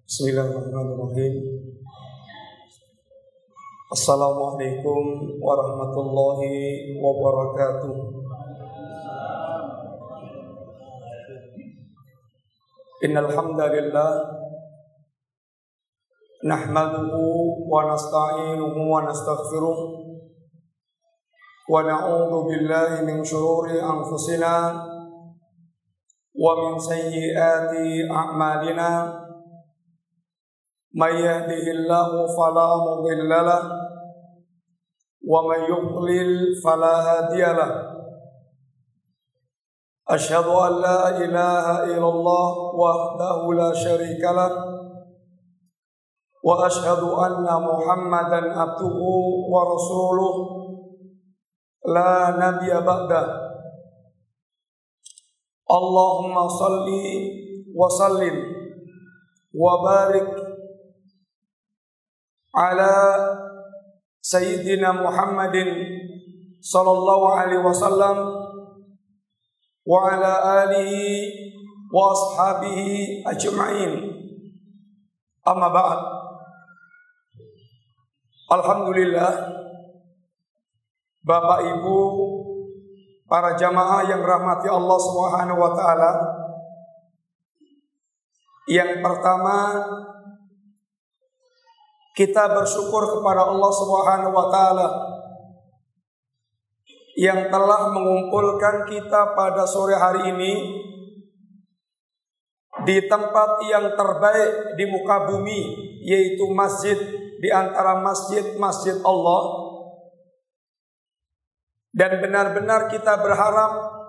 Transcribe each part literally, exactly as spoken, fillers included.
Bismillahirrahmanirrahim. Assalamualaikum warahmatullahi wabarakatuh. Innal hamdalillah nahmaduhu wa nasta'inuhu wa nastaghfiruh wa na'udzu billahi min shururi anfusina wa min sayyiati a'malina. May yahdihillahu fala mudilla lahu wa may yudlil fala hadiya lahu. Asyhadu an la ilaha illallah wahdahu la syarika lahu wa asyhadu anna Muhammadan abduhu wa rasuluh la nabiyya ba'dah. Allahumma salli wa sallim wa barik ala Sayyidina Muhammadin sallallahu alaihi wasallam wa ala alihi wa ashabihi ajma'in. Amma ba'd. Alhamdulillah, Bapak Ibu para jamaah yang rahmati Allah Subhanahu wa taala. Yang pertama, kita bersyukur kepada Allah Subhanahu wa taala yang telah mengumpulkan kita pada sore hari ini di tempat yang terbaik di muka bumi, yaitu masjid di antara masjid-masjid Allah. Dan benar-benar kita berharap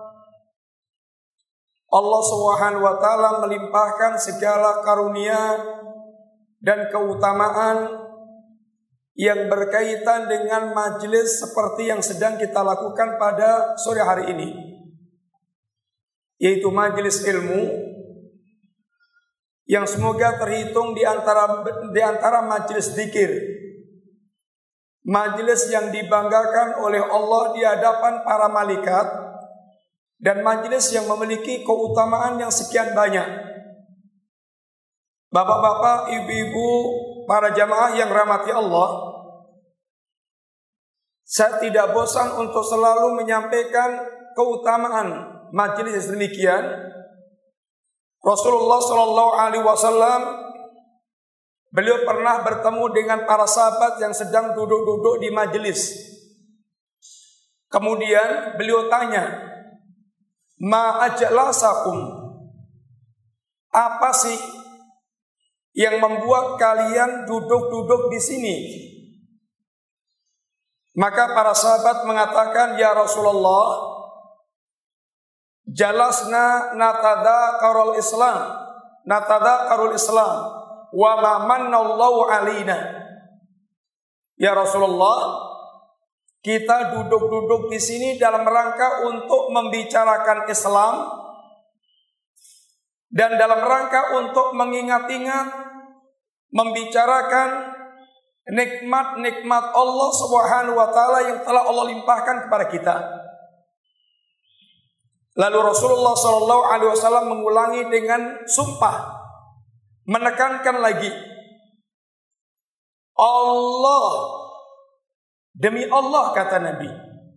Allah Subhanahu wa taala melimpahkan segala karunia dan keutamaan yang berkaitan dengan majelis seperti yang sedang kita lakukan pada sore hari ini, yaitu majelis ilmu yang semoga terhitung di antara di antara majelis zikir, majelis yang dibanggakan oleh Allah di hadapan para malaikat, dan majelis yang memiliki keutamaan yang sekian banyak. Bapak-bapak, ibu-ibu, para jamaah yang rahmati Allah, saya tidak bosan untuk selalu menyampaikan keutamaan majelis demikian. Rasulullah Shallallahu Alaihi Wasallam, beliau pernah bertemu dengan para sahabat yang sedang duduk-duduk di majelis. Kemudian beliau tanya, ma ajlasakum, apa sih yang membuat kalian duduk-duduk di sini? Maka para sahabat mengatakan, ya Rasulullah, jalasna natadzakarul Islam, natadzakarul Islam, wa ma mannallahu alaina. Ya Rasulullah, kita duduk-duduk di sini dalam rangka untuk membicarakan Islam dan dalam rangka untuk mengingat-ingat, membicarakan nikmat-nikmat Allah Subhanahu wa taala yang telah Allah limpahkan kepada kita. Lalu Rasulullah Shallallahu alaihi wasallam mengulangi dengan sumpah, menekankan lagi, Allah, demi Allah kata Nabi,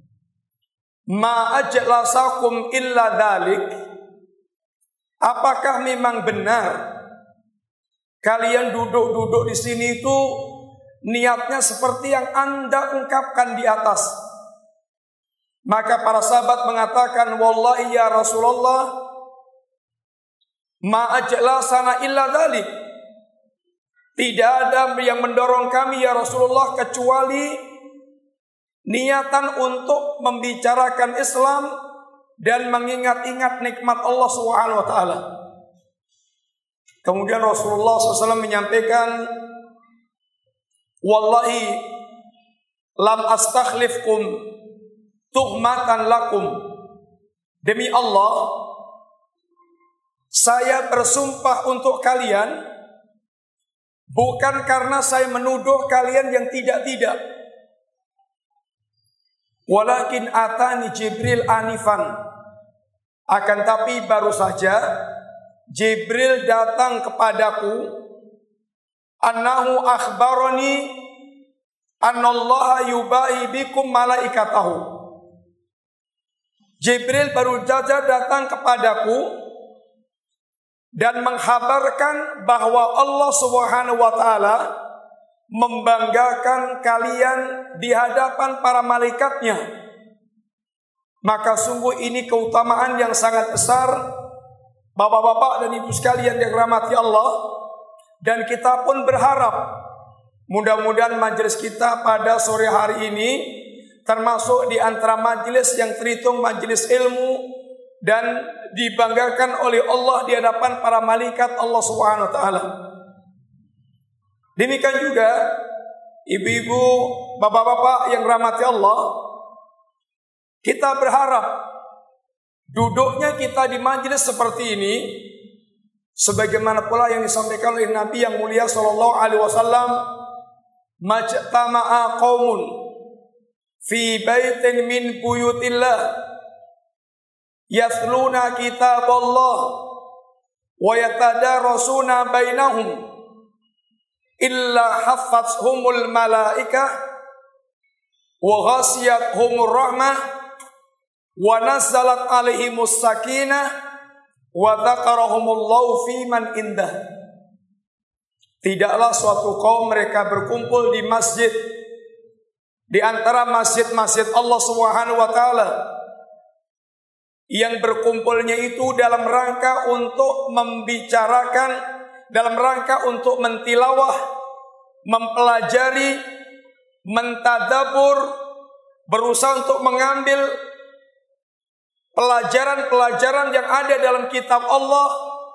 ma ajlasakum illa dzalik, apakah memang benar kalian duduk-duduk di sini itu niatnya seperti yang Anda ungkapkan di atas? Maka para sahabat mengatakan, wallahi ya Rasulullah, ma ajlasana illa dzalik, tidak ada yang mendorong kami ya Rasulullah kecuali niatan untuk membicarakan Islam dan mengingat-ingat nikmat Allah Subhanahu wa taala. Kemudian Rasulullah shallallahu alaihi wasallam menyampaikan, wallahi lam astakhlifkum tuhmatan lakum, demi Allah saya bersumpah untuk kalian bukan karena saya menuduh kalian yang tidak-tidak, walakin atani Jibril anifan, akan tapi baru saja Jibril datang kepadaku annahu akhbarani annallaha yubahi bikum malaikatahu. Jibril baru saja datang kepadaku dan menghabarkan bahwa Allah Subhanahu wa taala membanggakan kalian di hadapan para malaikatnya. Maka sungguh ini keutamaan yang sangat besar, bapak-bapak dan ibu sekalian yang dirahmati Allah. Dan kita pun berharap mudah-mudahan majelis kita pada sore hari ini termasuk di antara majelis yang terhitung majelis ilmu dan dibanggakan oleh Allah di hadapan para malaikat Allah Subhanahu wa taala. Demikian juga ibu-ibu, bapak-bapak yang rahmati Allah, kita berharap duduknya kita di majelis seperti ini sebagaimana pula yang disampaikan oleh Nabi yang mulia sallallahu alaihi wasallam, majtama'a qaumun fi baitin min buyutillah yatluna kitaballah wa yatadarasuna bainahum illa haffathumul malaikah wa ghasiyathumur rahmah wa nazzalat alaihimus sakinah wa dzakarahumullahu fi man indah. Tidaklah suatu kaum mereka berkumpul di masjid di antara masjid-masjid Allah Subhanahu wa taala yang berkumpulnya itu dalam rangka untuk membicarakan, dalam rangka untuk mentilawah, mempelajari, mentadabur, berusaha untuk mengambil pelajaran-pelajaran yang ada dalam kitab Allah.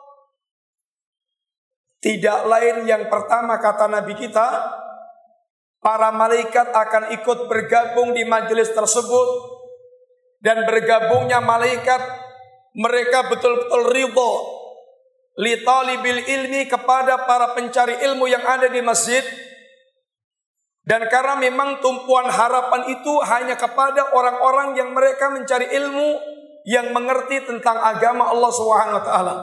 Tidak lain yang pertama kata Nabi kita, para malaikat akan ikut bergabung di majelis tersebut. Dan bergabungnya malaikat, mereka betul-betul ridha li talibil ilmi, kepada para pencari ilmu yang ada di masjid. Dan karena memang tumpuan harapan itu hanya kepada orang-orang yang mereka mencari ilmu, yang mengerti tentang agama Allah Subhanahu wa taala.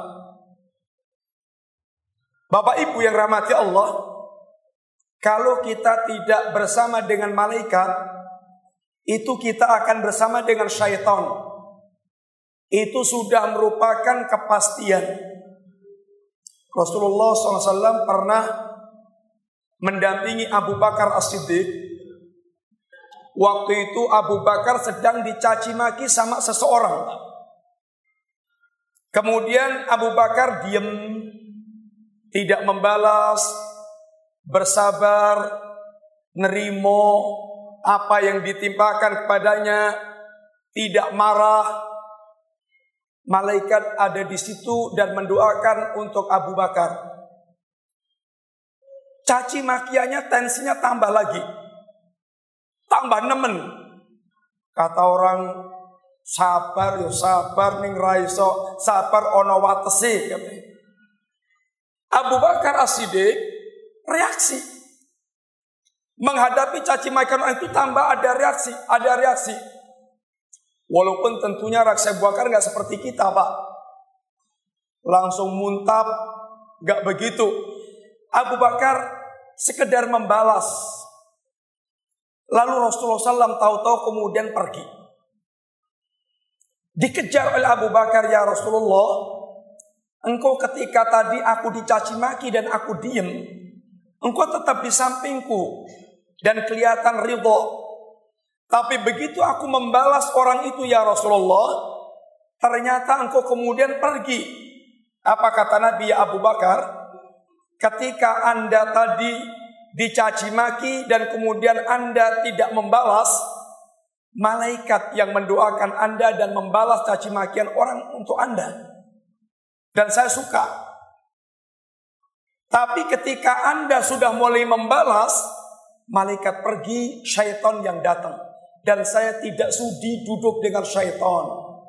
Bapak Ibu yang rahmati Allah, kalau kita tidak bersama dengan malaikat, itu kita akan bersama dengan syaitan. Itu sudah merupakan kepastian. Rasulullah shallallahu alaihi wasallam pernah mendampingi Abu Bakar As-Siddiq. Waktu itu Abu Bakar sedang dicaci maki sama seseorang. Kemudian Abu Bakar diam, tidak membalas, bersabar, nerimo apa yang ditimpakan kepadanya, tidak marah. Malaikat ada di situ dan mendoakan untuk Abu Bakar. Caci makiannya tensinya tambah lagi, tambah nemen. Kata orang, sabar yo sabar ning raiso, sabar ono watesi. Abu Bakar As-Siddiq reaksi. Menghadapi caci makian itu tambah ada reaksi, ada reaksi. Walaupun tentunya reaksi Abu Bakar nggak seperti kita, Pak. Langsung muntap, nggak begitu. Abu Bakar sekedar membalas. Lalu Rasulullah shallallahu alaihi wasallam tahu-tahu kemudian pergi. Dikejar oleh Abu Bakar, ya Rasulullah, engkau ketika tadi aku dicaci maki dan aku diem, engkau tetap di sampingku dan kelihatan ridho. Tapi begitu aku membalas orang itu, ya Rasulullah, ternyata engkau kemudian pergi. Apa kata Nabi, ya Abu Bakar? Ketika Anda tadi dicaci maki dan kemudian Anda tidak membalas, malaikat yang mendoakan Anda dan membalas caci makian orang untuk Anda. Dan saya suka. Tapi ketika Anda sudah mulai membalas, malaikat pergi, syaitan yang datang. Dan saya tidak sudi duduk dengan syaitan.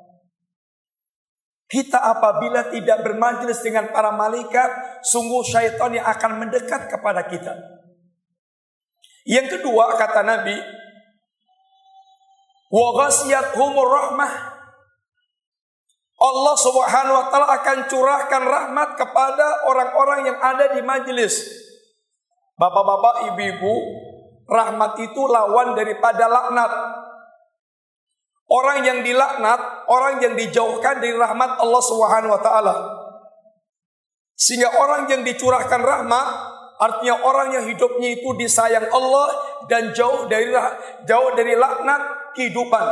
Kita apabila tidak bermajelis dengan para malaikat, sungguh syaitan yang akan mendekat kepada kita. Yang kedua kata Nabi, wa ghasiyathumur rahmah. Allah Subhanahu wa taala akan curahkan rahmat kepada orang-orang yang ada di majelis. Bapak-bapak, ibu-ibu, rahmat itu lawan daripada laknat. Orang yang dilaknat, orang yang dijauhkan dari rahmat Allah Subhanahu wa taala. Sehingga orang yang dicurahkan rahmat, artinya orang yang hidupnya itu disayang Allah dan jauh dari jauh dari laknat kehidupan.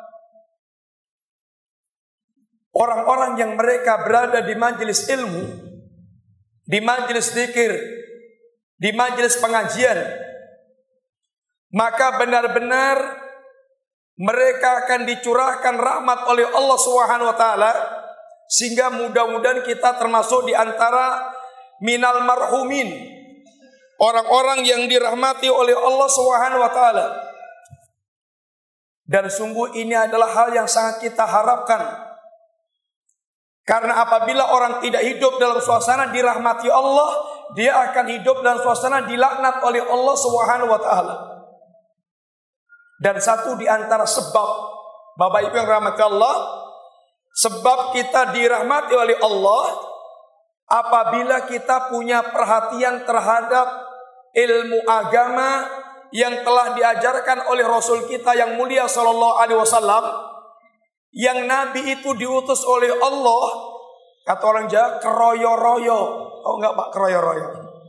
Orang-orang yang mereka berada di majelis ilmu, di majelis zikir, di majelis pengajian, maka benar-benar mereka akan dicurahkan rahmat oleh Allah Subhanahu wa taala, sehingga mudah-mudahan kita termasuk di antara minal marhumin, orang-orang yang dirahmati oleh Allah Subhanahu wa taala. Dan sungguh ini adalah hal yang sangat kita harapkan. Karena apabila orang tidak hidup dalam suasana dirahmati Allah, dia akan hidup dalam suasana dilaknat oleh Allah Subhanahu wa taala. Dan satu di antara sebab, Bapak Ibu yang rahmati Allah, sebab kita dirahmati oleh Allah apabila kita punya perhatian terhadap ilmu agama yang telah diajarkan oleh Rasul kita yang mulia sallallahu alaihi wasallam, yang Nabi itu diutus oleh Allah, kata orang Jawa, keroyo-royo. Oh enggak Pak, keroyo-royo.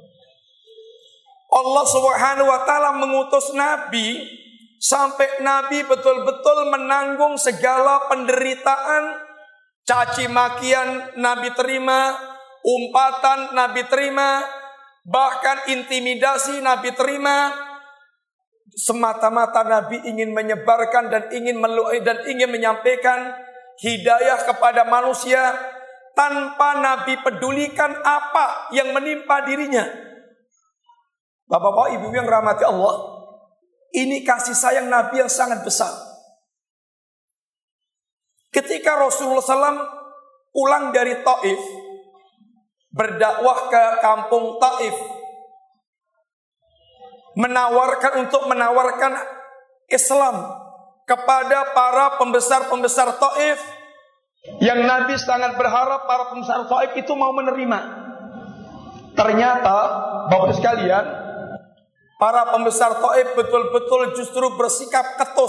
Allah Subhanahu wa taala mengutus Nabi sampai Nabi betul-betul menanggung segala penderitaan, caci makian Nabi terima, umpatan Nabi terima, bahkan intimidasi Nabi terima, semata-mata Nabi ingin menyebarkan dan ingin melu- dan ingin menyampaikan hidayah kepada manusia tanpa Nabi pedulikan apa yang menimpa dirinya. Bapak-bapak, ibu yang rahmati Allah, ini kasih sayang Nabi yang sangat besar. Ketika Rasulullah shallallahu alaihi wasallam pulang dari Taif, berdakwah ke kampung Taif, menawarkan untuk menawarkan Islam kepada para pembesar-pembesar Taif, yang Nabi sangat berharap para pembesar Taif itu mau menerima. Ternyata, Bapak sekalian, para pembesar Taif betul-betul justru bersikap ketus.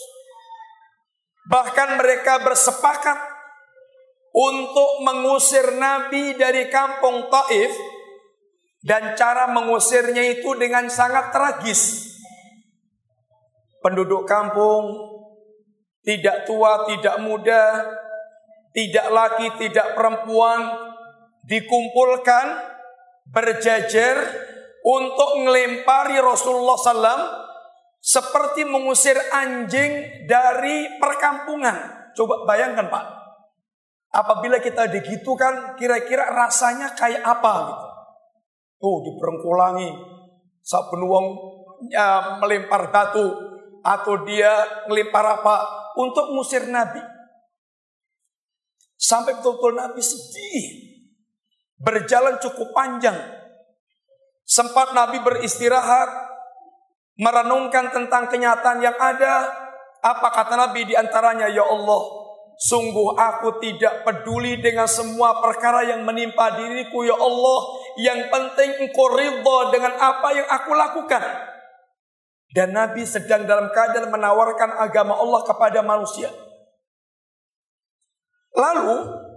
Bahkan mereka bersepakat untuk mengusir Nabi dari kampung Taif. Dan cara mengusirnya itu dengan sangat tragis. Penduduk kampung, tidak tua, tidak muda, tidak laki, tidak perempuan, dikumpulkan berjajar untuk melempari Rasulullah shallallahu alaihi wasallam seperti mengusir anjing dari perkampungan. Coba bayangkan Pak, apabila kita digitukan, kira-kira rasanya kayak apa gitu? Oh, diperengkulangi, saben wong ya, melempar batu atau dia melempar apa untuk mengusir Nabi. Sampai betul-betul Nabi sedih, berjalan cukup panjang. Sempat Nabi beristirahat, merenungkan tentang kenyataan yang ada. Apa kata Nabi di antaranya? Ya Allah, sungguh aku tidak peduli dengan semua perkara yang menimpa diriku, ya Allah. Yang penting engkau ridha dengan apa yang aku lakukan. Dan Nabi sedang dalam keadaan menawarkan agama Allah kepada manusia. Lalu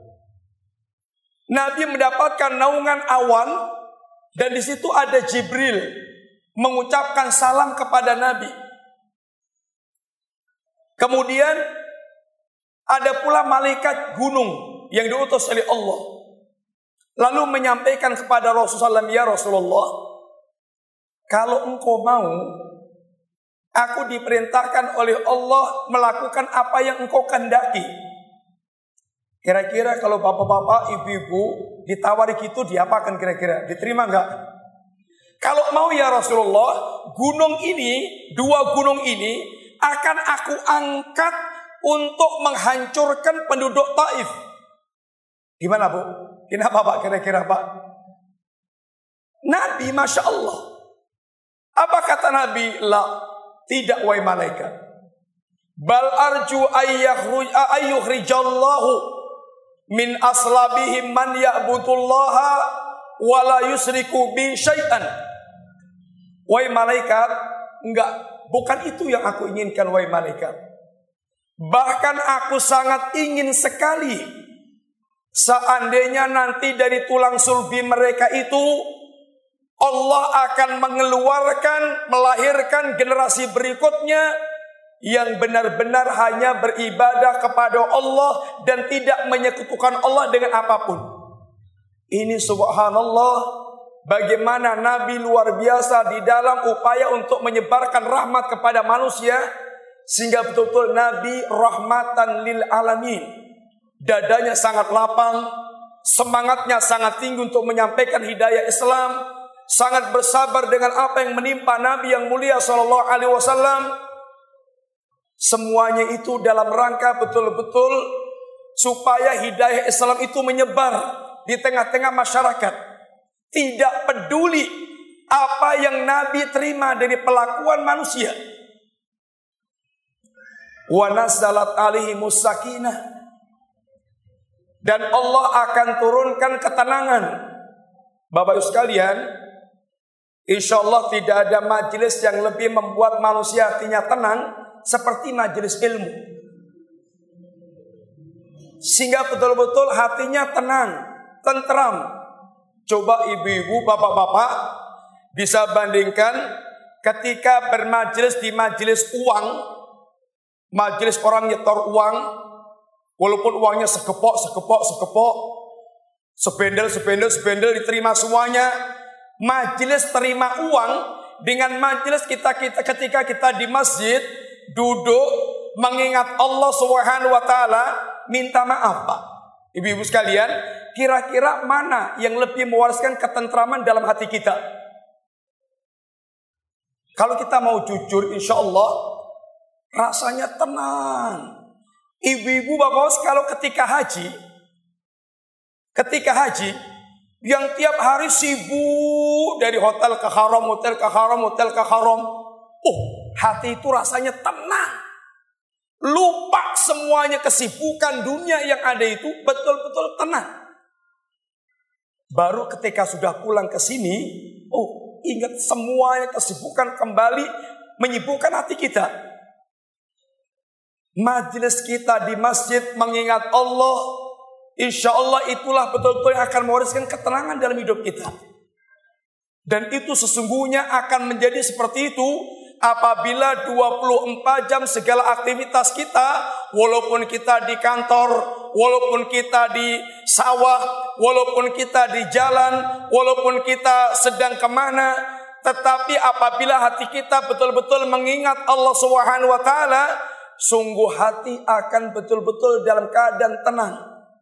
Nabi mendapatkan naungan awan, dan di situ ada Jibril mengucapkan salam kepada Nabi. Kemudian ada pula malaikat gunung yang diutus oleh Allah, lalu menyampaikan kepada Rasulullah, ya Rasulullah, kalau engkau mau, aku diperintahkan oleh Allah melakukan apa yang engkau kehendaki. Kira-kira kalau bapak-bapak, ibu-ibu ditawari gitu, diapakan kira-kira? Diterima enggak? Kalau mau ya Rasulullah, gunung ini, dua gunung ini akan aku angkat untuk menghancurkan penduduk Taif. Gimana Bu? Kenapa Pak kira-kira Pak? Nabi Masya Allah. Apa kata Nabi? La, tidak wahai malaikat. Bal arju ayyukhrijallahu min aslabihim man ya'budullaha wa la yusriku bi syai'an. Wahai malaikat, enggak, bukan itu yang aku inginkan wahai malaikat. Bahkan aku sangat ingin sekali seandainya nanti dari tulang sulbi mereka itu Allah akan mengeluarkan, melahirkan generasi berikutnya yang benar-benar hanya beribadah kepada Allah dan tidak menyekutukan Allah dengan apapun. Ini subhanallah, bagaimana Nabi luar biasa di dalam upaya untuk menyebarkan rahmat kepada manusia, sehingga betul-betul Nabi rahmatan lil alamin. Dadanya sangat lapang, semangatnya sangat tinggi untuk menyampaikan hidayah Islam, sangat bersabar dengan apa yang menimpa Nabi yang mulia sallallahu alaihi wasallam. Semuanya itu dalam rangka betul-betul supaya hidayah Islam itu menyebar di tengah-tengah masyarakat. Tidak peduli apa yang Nabi terima dari pelakuan manusia. Wa nazalat alaihimus sakinah, dan Allah akan turunkan ketenangan. Bapak Ibu sekalian, insyaallah tidak ada majelis yang lebih membuat manusia hatinya tenang seperti majelis ilmu. Sehingga betul-betul hatinya tenang, tentram. Coba ibu-ibu, bapak-bapak bisa bandingkan ketika bermajelis di majelis uang, majelis orang nyetor uang, walaupun uangnya sekepok, sekepok, sekepok, sebendel, sebendel, sebendel diterima semuanya. Majelis terima uang dengan majelis kita, kita ketika kita di masjid duduk mengingat Allah Subhanahu wa taala, minta maaf, Pak. Ibu-ibu sekalian, kira-kira mana yang lebih mewariskan ketentraman dalam hati kita? Kalau kita mau jujur, insya Allah rasanya tenang. Ibu-ibu, bapak, kalau ketika haji, ketika haji, yang tiap hari sibuk dari hotel ke haram, hotel ke haram, hotel ke haram, oh, hati itu rasanya tenang. Lupa semuanya kesibukan dunia yang ada itu, betul-betul tenang. Baru ketika sudah pulang ke sini, oh, ingat semuanya kesibukan kembali menyibukkan hati kita. Majelis kita di masjid mengingat Allah, insya Allah itulah betul-betul yang akan mewariskan ketenangan dalam hidup kita. Dan itu sesungguhnya akan menjadi seperti itu apabila dua puluh empat jam segala aktivitas kita, walaupun kita di kantor, walaupun kita di sawah, walaupun kita di jalan, walaupun kita sedang kemana, tetapi apabila hati kita betul-betul mengingat Allah Subhanahu wa taala, sungguh hati akan betul-betul dalam keadaan tenang.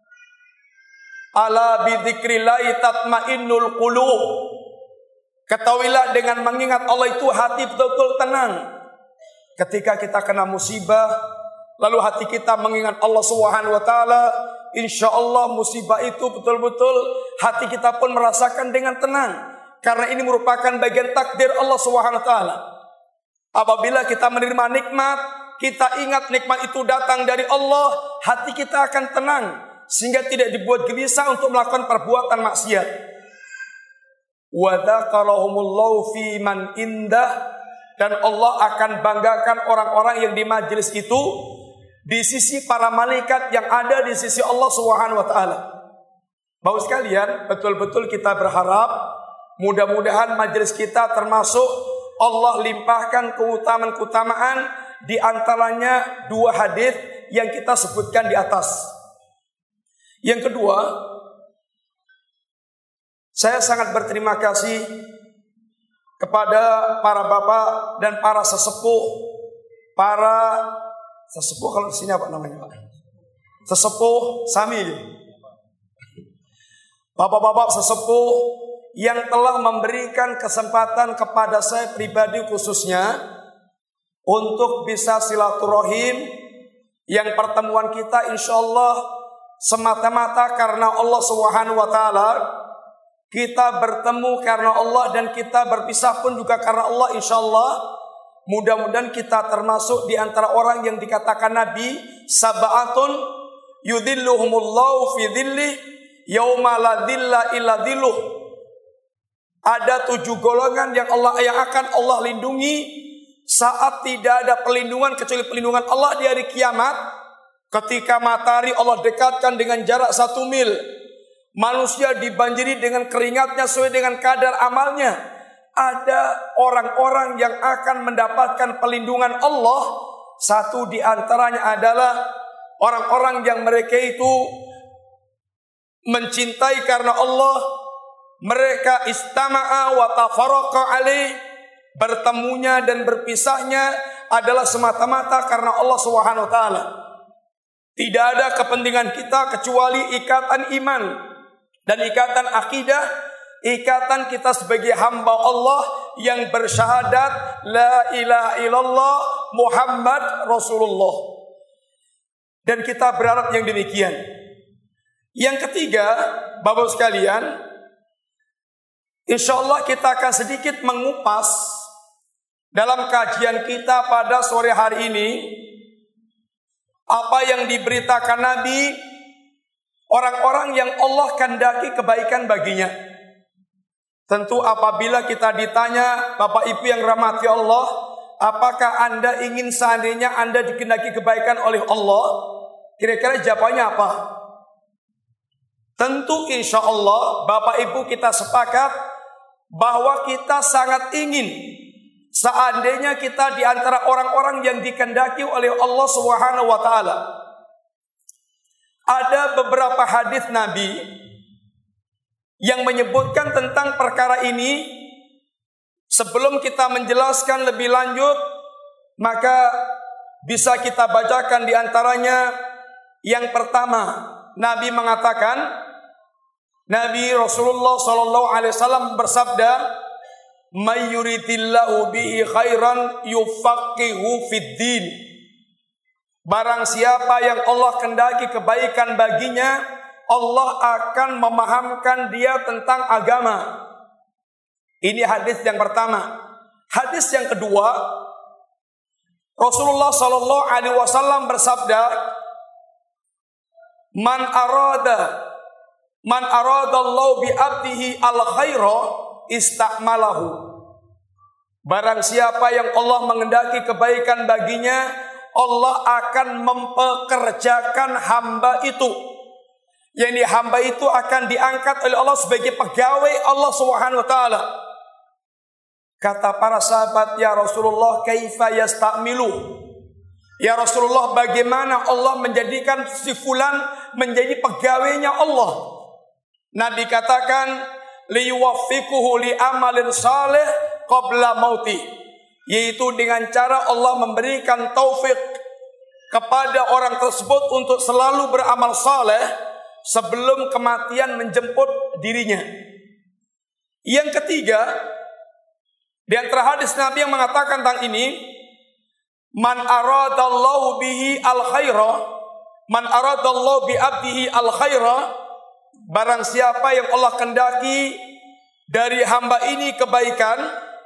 Ala bidzikrillahi tatmainnul qulub. Ketahuilah dengan mengingat Allah itu hati betul-betul tenang. Ketika kita kena musibah, lalu hati kita mengingat Allah Subhanahu wa taala, insya Allah musibah itu betul-betul hati kita pun merasakan dengan tenang. Karena ini merupakan bagian takdir Allah Subhanahu wa taala. Apabila kita menerima nikmat, kita ingat nikmat itu datang dari Allah, hati kita akan tenang sehingga tidak dibuat gelisah untuk melakukan perbuatan maksiat. Wa dzakarahumullahu fi man indah, dan Allah akan banggakan orang-orang yang di majelis itu di sisi para malaikat yang ada di sisi Allah Subhanahu wa taala. Bapak sekalian, betul-betul kita berharap mudah-mudahan majelis kita termasuk Allah limpahkan keutamaan-keutamaan, di antaranya dua hadis yang kita sebutkan di atas. Yang kedua, saya sangat berterima kasih kepada para bapak dan para sesepuh, para sesepuh kalau di sini apa namanya Pak? Sesepuh Sami, bapak-bapak sesepuh yang telah memberikan kesempatan kepada saya pribadi khususnya untuk bisa silaturahim, yang pertemuan kita insya Allah semata-mata karena Allah Subhanahu wa taala. Kita bertemu karena Allah dan kita berpisah pun juga karena Allah, insya Allah. Mudah-mudahan kita termasuk di antara orang yang dikatakan Nabi, sab'atun yudhilluhumullahu fi dhillih yauma la dhilla illa dhilluh. Ada tujuh golongan yang Allah yang akan Allah lindungi saat tidak ada perlindungan kecuali perlindungan Allah di hari kiamat. Ketika matahari Allah dekatkan dengan jarak satu mil, manusia dibanjiri dengan keringatnya sesuai dengan kadar amalnya. Ada orang-orang yang akan mendapatkan perlindungan Allah. Satu di antaranya adalah orang-orang yang mereka itu mencintai karena Allah. Mereka istama'a wa tafaraqa alaih, bertemunya dan berpisahnya adalah semata-mata karena Allah Subhanahu wa taala. Tidak ada kepentingan kita kecuali ikatan iman dan ikatan akidah, ikatan kita sebagai hamba Allah yang bersyahadat la ilaha illallah Muhammad Rasulullah. Dan kita berharap yang demikian. Yang ketiga, Bapak sekalian, insyaallah kita akan sedikit mengupas dalam kajian kita pada sore hari ini apa yang diberitakan Nabi, orang-orang yang Allah kehendaki kebaikan baginya. Tentu apabila kita ditanya, Bapak Ibu yang rahmati Allah, apakah Anda ingin seandainya Anda dikehendaki kebaikan oleh Allah? Kira-kira jawabannya apa? Tentu insya Allah Bapak Ibu kita sepakat bahwa kita sangat ingin seandainya kita di antara orang-orang yang dikehendaki oleh Allah Subhanahu wa taala. Ada beberapa hadis Nabi yang menyebutkan tentang perkara ini. Sebelum kita menjelaskan lebih lanjut, maka bisa kita bacakan di antaranya. Yang pertama, Nabi mengatakan, Nabi Rasulullah sallallahu alaihi wasallam bersabda, "May yuridillahu bihi khairan yufaqihu fid din." Barang siapa yang Allah kehendaki kebaikan baginya, Allah akan memahamkan dia tentang agama. Ini hadis yang pertama. Hadis yang kedua, Rasulullah sallallahu alaihi wasallam bersabda, "Man arada man arada Allah bi 'abdihi al khaira istakmalahu." Barang siapa yang Allah menghendaki kebaikan baginya, Allah akan mempekerjakan hamba itu. Yani hamba itu akan diangkat oleh Allah sebagai pegawai Allah Subhanahu wa taala. Kata para sahabat, "Ya Rasulullah, kaifa yastamilu?" Ya Rasulullah, bagaimana Allah menjadikan si fulan menjadi pegawainya Allah? Nabi katakan, "Liwaffiquhu li amalin salih qabla mauti." Yaitu dengan cara Allah memberikan taufik kepada orang tersebut untuk selalu beramal saleh sebelum kematian menjemput dirinya. Yang ketiga, di antara hadis Nabi yang mengatakan tentang ini, Man aradallahu bihi al khaira, man aradallahu bi 'abdihi al khaira, barang siapa yang Allah kehendaki dari hamba ini kebaikan,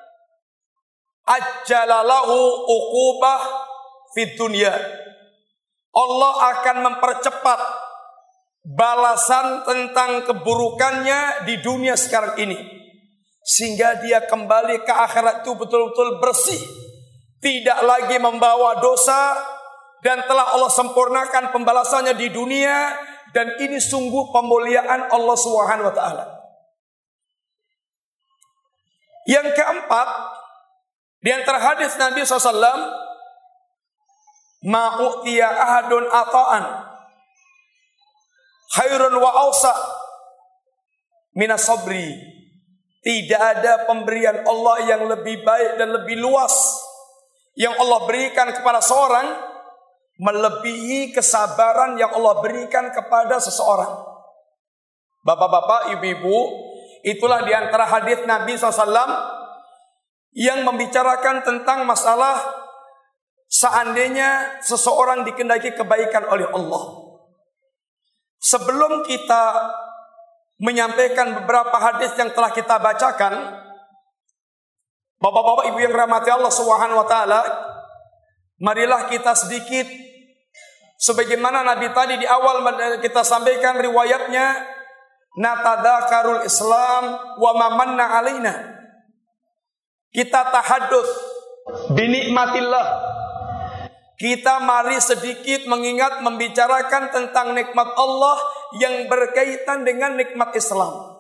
ajjalalahu uqubah fid dunya. Allah akan mempercepat balasan tentang keburukannya di dunia sekarang ini, sehingga dia kembali ke akhirat itu betul-betul bersih, tidak lagi membawa dosa, dan telah Allah sempurnakan pembalasannya di dunia. Dan ini sungguh pemuliaan Allah Subhanahu wa taala. Yang keempat, di antara hadis Nabi shallallahu alaihi wasallam, ma'u'tiya ahadun ata'an khairun wa awsa minas sabri. Tidak ada pemberian Allah yang lebih baik dan lebih luas yang Allah berikan kepada seorang melebihi kesabaran yang Allah berikan kepada seseorang. Bapak-bapak, ibu-ibu, itulah di antara hadis Nabi shallallahu alaihi wasallam yang membicarakan tentang masalah seandainya seseorang dikehendaki kebaikan oleh Allah. Sebelum kita menyampaikan beberapa hadis yang telah kita bacakan, Bapak-bapak, ibu yang rahmati Allah Subhanahu wa taala, marilah kita sedikit sebagaimana Nabi tadi di awal kita sampaikan riwayatnya, natadzakarul Islam wa ma manna alaina. Kita tahadduts binikmatillah. Kita mari sedikit mengingat membicarakan tentang nikmat Allah yang berkaitan dengan nikmat Islam.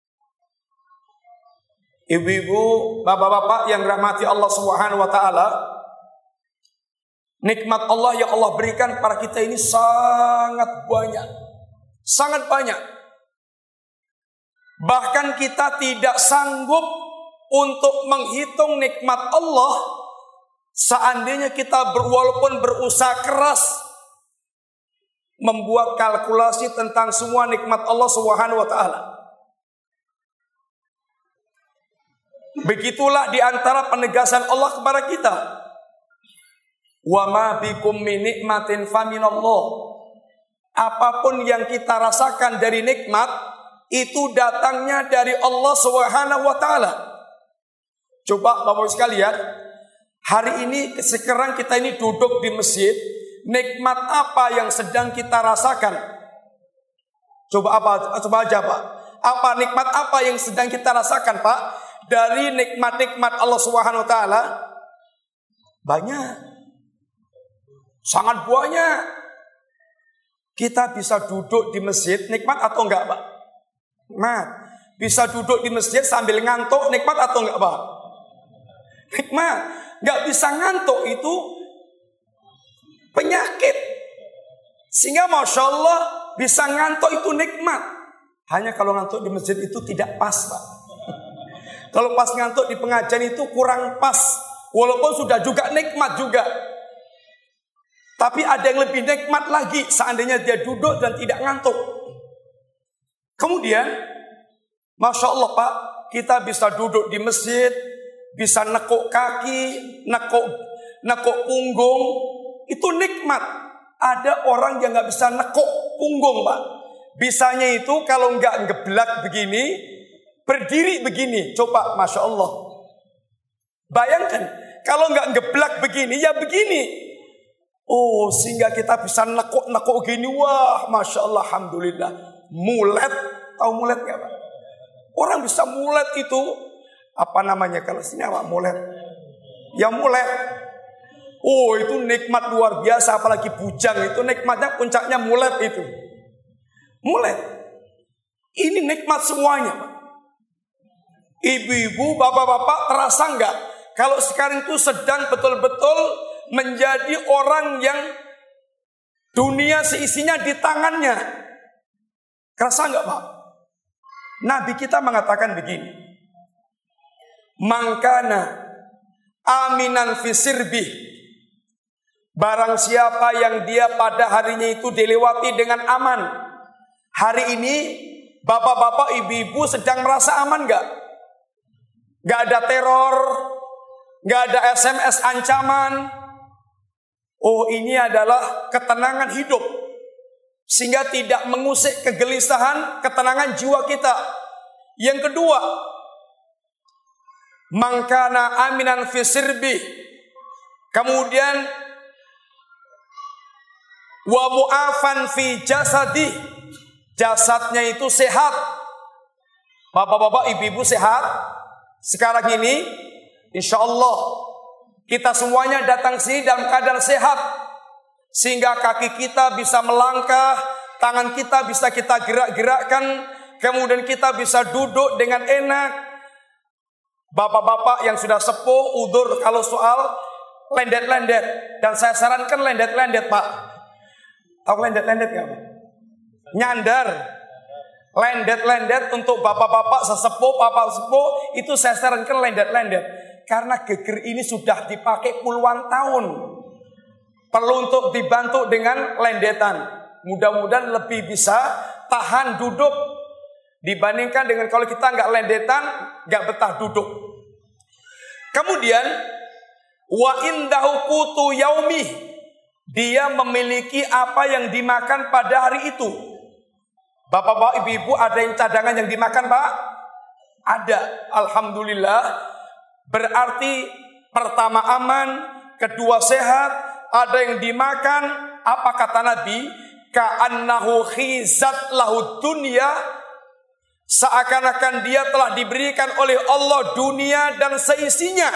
Ibu-ibu, bapak-bapak yang dirahmati Allah Subhanahu wa taala, nikmat Allah yang Allah berikan kepada kita ini sangat banyak. Sangat banyak. Bahkan kita tidak sanggup untuk menghitung nikmat Allah. Seandainya kita ber, walaupun berusaha keras membuat kalkulasi tentang semua nikmat Allah Subhanahu wa taala. Begitulah di antara penegasan Allah kepada kita. Wa ma bikum min nikmatin faminallah. Apapun yang kita rasakan dari nikmat itu datangnya dari Allah Subhanahu wa taala. Coba Bapak sekalian, hari ini sekarang kita ini duduk di masjid, nikmat apa yang sedang kita rasakan? Coba apa? Coba aja Pak. Apa nikmat apa yang sedang kita rasakan Pak? Dari nikmat-nikmat Allah Subhanahu wa taala? Banyak. Sangat banyak. Kita bisa duduk di masjid, nikmat atau enggak Pak? Nikmat. Bisa duduk di masjid sambil ngantuk, nikmat atau enggak Pak? Nikmat. Gak bisa ngantuk itu penyakit. Sehingga Masya Allah bisa ngantuk itu nikmat. Hanya kalau ngantuk di masjid itu tidak pas Pak. Kalau pas ngantuk di pengajian itu kurang pas. Walaupun sudah juga nikmat juga. Tapi ada yang lebih nikmat lagi seandainya dia duduk dan tidak ngantuk. Kemudian Masya Allah Pak, kita bisa duduk di masjid, bisa nekuk kaki, nekuk nekuk punggung, itu nikmat. Ada orang yang nggak bisa nekuk punggung Pak. Bisanya itu kalau nggak ngeblak begini, berdiri begini. Coba Masya Allah. Bayangkan kalau nggak ngeblak begini, ya begini. Oh, sehingga kita bisa nekuk-nekuk gini. Wah, Masya Allah, Alhamdulillah. Mulet, tahu mulet nggak Pak? Orang bisa mulet itu. Apa namanya kalau sini apa mulet? Ya mulet. Oh itu nikmat luar biasa. Apalagi bujang itu nikmatnya puncaknya mulet itu. Mulet. Ini nikmat semuanya Pak. Ibu-ibu, bapak-bapak terasa enggak? Kalau sekarang itu sedang betul-betul menjadi orang yang dunia seisinya di tangannya. Kerasa enggak Pak? Nabi kita mengatakan begini. Mangkana aminan fisirbi. Barang siapa yang dia pada harinya itu dilewati dengan aman. Hari ini bapak-bapak ibu-ibu sedang merasa aman gak? Gak ada teror, gak ada S M S ancaman. Oh ini adalah ketenangan hidup. Sehingga tidak mengusik kegelisahan, ketenangan jiwa kita. Yang kedua, mangkana aminan fi sirbi. Kemudian wa mu'afan fi jasadi. Jasadnya itu sehat. Bapak-bapak, ibu-ibu sehat. Sekarang ini insya Allah kita semuanya datang sini dalam keadaan sehat. Sehingga kaki kita bisa melangkah, tangan kita bisa kita gerak-gerakkan, kemudian kita bisa duduk dengan enak. Bapak-bapak yang sudah sepuh, udur kalau soal lendet-lendet. Dan saya sarankan lendet-lendet Pak. Tahu lendet-lendet gak Pak? Nyandar. Lendet-lendet untuk bapak-bapak sesepuh, bapak sepuh, itu saya sarankan lendet-lendet. Karena geger ini sudah dipakai puluhan tahun. Perlu untuk dibantu dengan lendetan. Mudah-mudahan lebih bisa tahan duduk dibandingkan dengan kalau kita nggak lendetan, nggak betah duduk. Kemudian wa indahu qutu yaumi. Dia memiliki apa yang dimakan pada hari itu. Bapak-bapak, ibu-ibu, ada yang cadangan yang dimakan Pak? Ada. Alhamdulillah. Berarti pertama aman, kedua sehat. Ada yang dimakan, apa kata Nabi? Ka'annahu khizat lahu dunya seakan-akan dia telah diberikan oleh Allah dunia dan seisinya.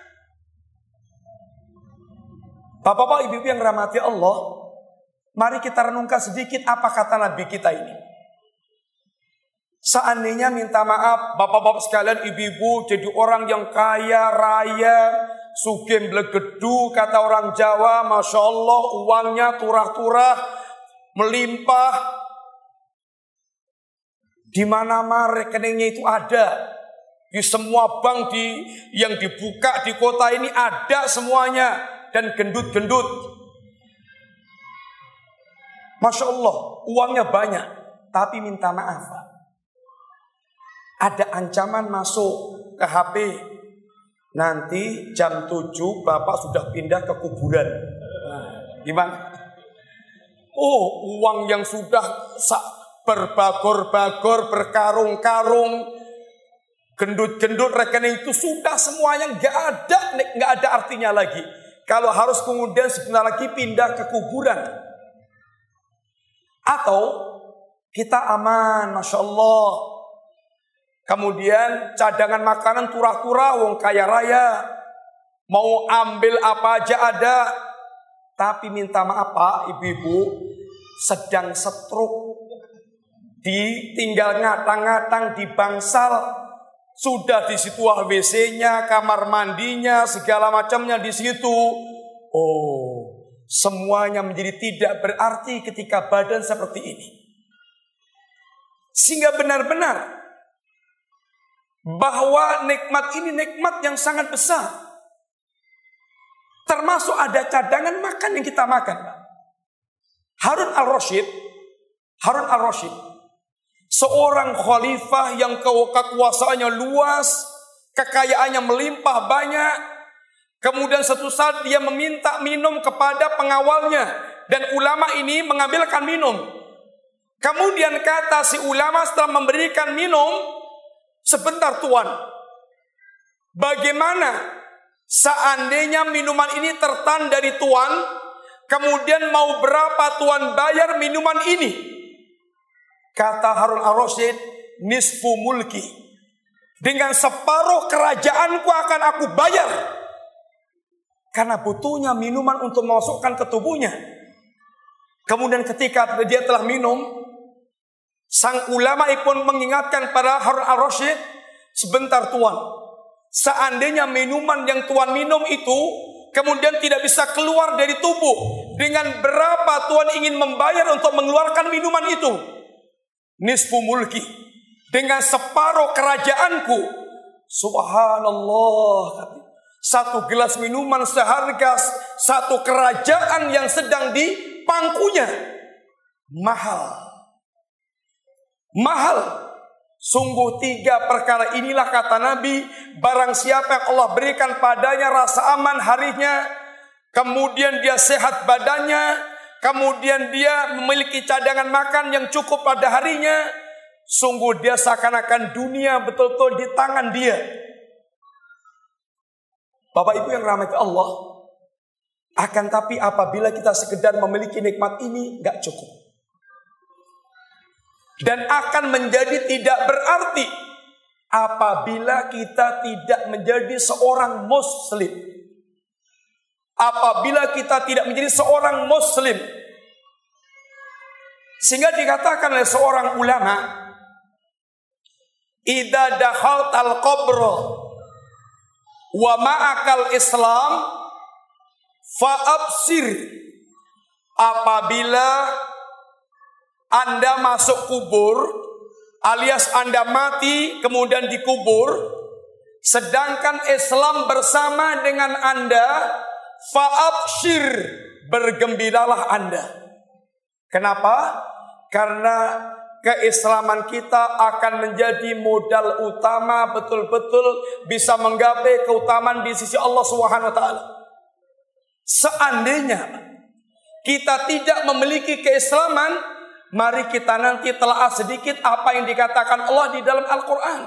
Bapak-bapak, ibu-ibu yang rahmati Allah, mari kita renungkan sedikit apa kata Nabi kita ini. Seandainya minta maaf bapak-bapak sekalian, ibu-ibu jadi orang yang kaya raya, sugih blegedu kata orang Jawa, masya Allah, uangnya turah-turah, melimpah, di mana-mana rekeningnya itu ada, di semua bank di yang dibuka di kota ini ada semuanya. Dan gendut-gendut, masya Allah, uangnya banyak, tapi minta maaf, ada ancaman masuk ke H P, nanti jam tujuh bapak sudah pindah ke kuburan. Nah, gimana? Oh, uang yang sudah berbagor-bagor, berkarung-karung, gendut-gendut rekening itu sudah semuanya nggak ada, nggak ada artinya lagi. Kalau harus kemudian sebentar lagi pindah ke kuburan. Atau kita aman, masya Allah. Kemudian cadangan makanan turah-turah, wong kaya raya, mau ambil apa aja ada. Tapi minta maaf Pak, ibu-ibu, sedang stroke, ditinggal ngatang-ngatang di bangsal, sudah di situ W C-nya, kamar mandinya, segala macamnya di situ. Oh, semuanya menjadi tidak berarti ketika badan seperti ini. Sehingga benar-benar bahwa nikmat ini nikmat yang sangat besar. Termasuk ada cadangan makan yang kita makan. Harun al-Rasyid, Harun al-Rasyid, seorang khalifah yang kekuasaannya luas, kekayaannya melimpah banyak. Kemudian satu saat dia meminta minum kepada pengawalnya, dan ulama ini mengambilkan minum. Kemudian kata si ulama setelah memberikan minum, sebentar tuan, bagaimana seandainya minuman ini tertan dari tuan, kemudian mau berapa tuan bayar minuman ini? Kata Harun al-Rasyid, nisfu mulki, dengan separuh kerajaanku akan aku bayar. Karena butuhnya minuman untuk memasukkan ke tubuhnya. Kemudian ketika dia telah minum, sang ulama pun mengingatkan pada Harun al-Rasyid, sebentar tuan, seandainya minuman yang tuan minum itu kemudian tidak bisa keluar dari tubuh, dengan berapa tuan ingin membayar untuk mengeluarkan minuman itu? Nisfu mulki, dengan separuh kerajaanku. Subhanallah, satu gelas minuman seharga satu kerajaan yang sedang di pangkunya. Mahal, mahal. Sungguh tiga perkara inilah kata Nabi, barang siapa yang Allah berikan padanya rasa aman harinya, kemudian dia sehat badannya, kemudian dia memiliki cadangan makan yang cukup pada harinya, sungguh dia seakan-akan dunia betul-betul di tangan dia. Bapak Ibu yang rahmati Allah, akan tapi apabila kita sekedar memiliki nikmat ini gak cukup, dan akan menjadi tidak berarti apabila kita tidak menjadi seorang muslim. Apabila kita tidak menjadi seorang muslim, sehingga dikatakan oleh seorang ulama, idza dakhaltal qabra wa ma'akal Islam fa'absir, apabila Anda masuk kubur alias Anda mati kemudian dikubur, sedangkan Islam bersama dengan Anda, fa'absir, bergembiralah Anda. Kenapa? Karena keislaman kita akan menjadi modal utama betul-betul bisa menggapai keutamaan di sisi Allah Subhanahu wa taala. Seandainya kita tidak memiliki keislaman, mari kita nanti telaah sedikit apa yang dikatakan Allah di dalam Al-Quran.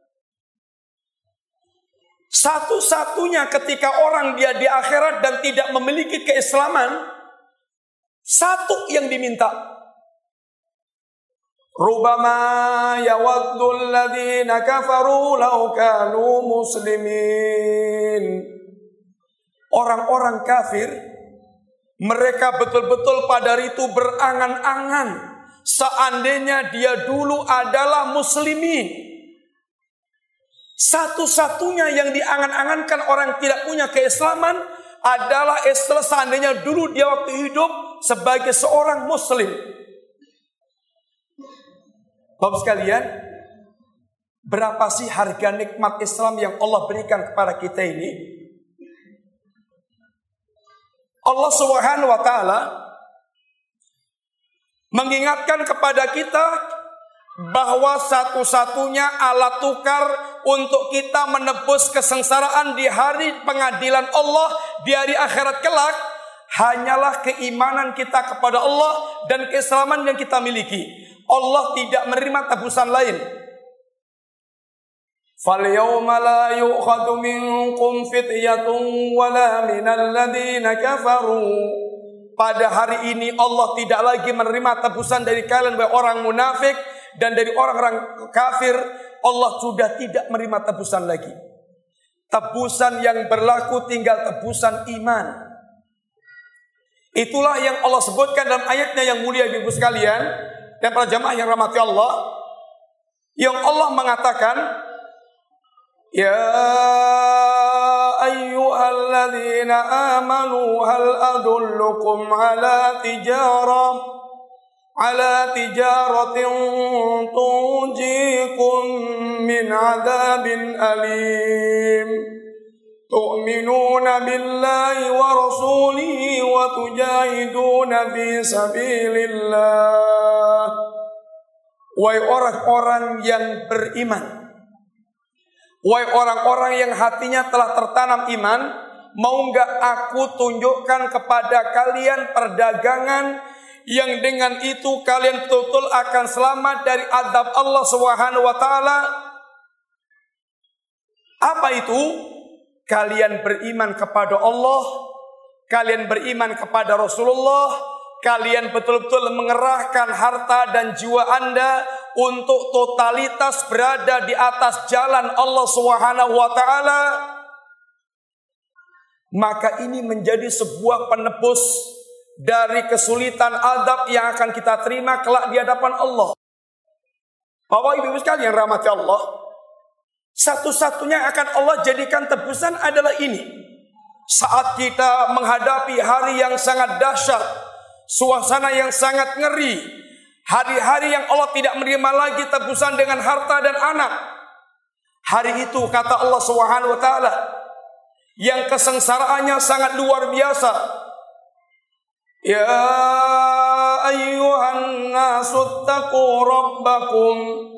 Satu-satunya ketika orang dia di akhirat dan tidak memiliki keislaman, satu yang diminta, Rubama yawaddu alladhina kafaru law kanu muslimin. Orang-orang kafir, mereka betul-betul pada itu berangan-angan seandainya dia dulu adalah muslimin. Satu-satunya yang diangan-angankan orang tidak punya keislaman adalah istilah seandainya dulu dia waktu hidup sebagai seorang muslim. Bapak sekalian, berapa sih harga nikmat Islam yang Allah berikan kepada kita ini? Allah Subhanahu wa taala mengingatkan kepada kita bahwa satu-satunya alat tukar untuk kita menebus kesengsaraan di hari pengadilan Allah di hari akhirat kelak hanyalah keimanan kita kepada Allah dan keislaman yang kita miliki. Allah tidak menerima tebusan lain. Falyawma la yu'khadhu minkum fityatun wala minal ladzina kafaru. Pada hari ini Allah tidak lagi menerima tebusan dari kalian wahai orang munafik dan dari orang-orang kafir. Allah sudah tidak menerima tebusan lagi. Tebusan yang berlaku tinggal tebusan iman. Itulah yang Allah sebutkan dalam ayatnya yang mulia ibu sekalian dan para jamaah yang rahmati Allah, yang Allah mengatakan, ya ayyuhalladzina amanu hal adullukum ala tijarah ala tijaratin tunjikum min adabin alim tu'minuna billahi wa rasulihi wa tujahiduna fi sabilillah. Wahai orang-orang yang beriman, wahai orang-orang yang hatinya telah tertanam iman, mau enggak aku tunjukkan kepada kalian perdagangan yang dengan itu kalian betul-betul akan selamat dari azab Allah Subhanahu wa taala? Apa itu? Kalian beriman kepada Allah, kalian beriman kepada Rasulullah, kalian betul-betul mengerahkan harta dan jiwa Anda untuk totalitas berada di atas jalan Allah Subhanahu wa taala. Maka ini menjadi sebuah penebus dari kesulitan azab yang akan kita terima kelak di hadapan Allah. Bapak Ibu sekalian rahmati Allah, satu-satunya akan Allah jadikan tebusan adalah ini. Saat kita menghadapi hari yang sangat dahsyat, suasana yang sangat ngeri, hari-hari yang Allah tidak menerima lagi tebusan dengan harta dan anak. Hari itu kata Allah Subhanahu wa taala yang kesengsaraannya sangat luar biasa. Ya ayyuhan nasu taqu rabbakum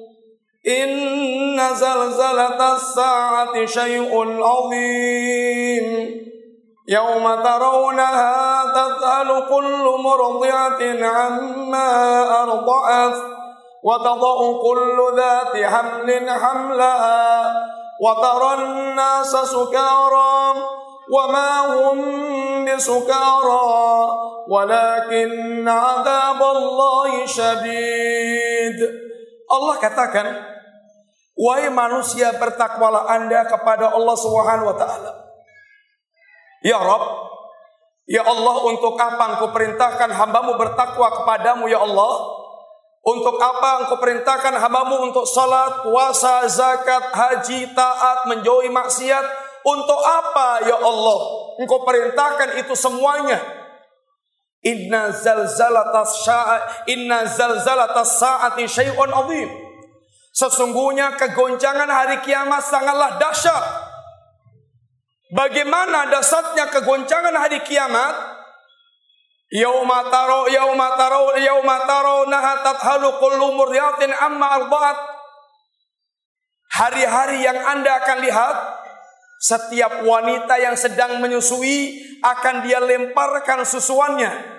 inna zalzalatas sa'ati syai'un 'azim yawma tarawnaha tadhalu kullu murdi'atin 'amma arda'at wa tadau kullu dhati hamlin hamlaha wa taran nasa sukara wa ma hum bisukara walakin 'adzaballahi syadid. Allah katakan, wahai manusia, bertakwalah Anda kepada Allah Subhanahu wa taala. Ya Rabb, ya Allah, untuk apa Engkau perintahkan hamba-Mu bertakwa kepadamu ya Allah? Untuk apa Engkau perintahkan hamba-Mu untuk salat, puasa, zakat, haji, taat, menjauhi maksiat? Untuk apa ya Allah Engkau perintahkan itu semuanya? Inna zalzalatas sa'ati Inna zalzalatas sa'ati syai'un 'azim. Sesungguhnya kegoncangan hari kiamat sangatlah dahsyat. Bagaimana dahsyatnya kegoncangan hari kiamat? Yauma taro yauma taro yauma tarawnaha tadhalu kullu murdi'atin amma arda'at. Hari-hari yang Anda akan lihat, setiap wanita yang sedang menyusui akan dia lemparkan susuannya.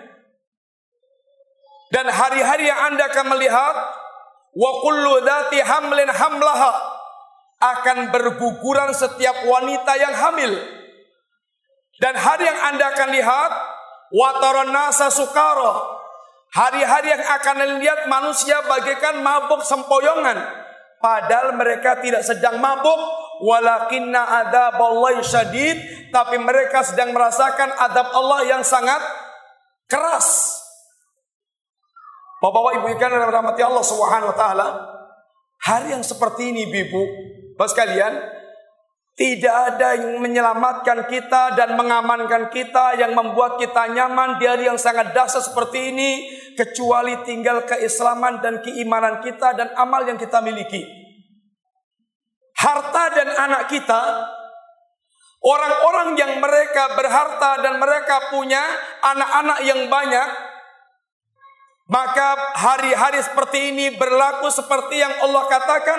Dan hari-hari yang Anda akan melihat, wa kullu dhati hamlin hamlaha, akan berguguran setiap wanita yang hamil. Dan hari yang Anda akan lihat, wa taran nasa sukara, Hari-hari yang akan dilihat manusia bagaikan mabuk sempoyongan, padahal mereka tidak sedang mabuk. Walakinna adzaballahi syadid, tapi mereka sedang merasakan adab Allah yang sangat keras. Bapak-bapak, ibu ikan dalam rahmati Allah Subhanahu wa taala, hari yang seperti ini Ibu, Bapak sekalian, tidak ada yang menyelamatkan kita dan mengamankan kita, yang membuat kita nyaman di hari yang sangat dahsyat seperti ini, kecuali tinggal keislaman dan keimanan kita dan amal yang kita miliki. Harta dan anak kita, orang-orang yang mereka berharta dan mereka punya anak-anak yang banyak, maka hari-hari seperti ini berlaku seperti yang Allah katakan,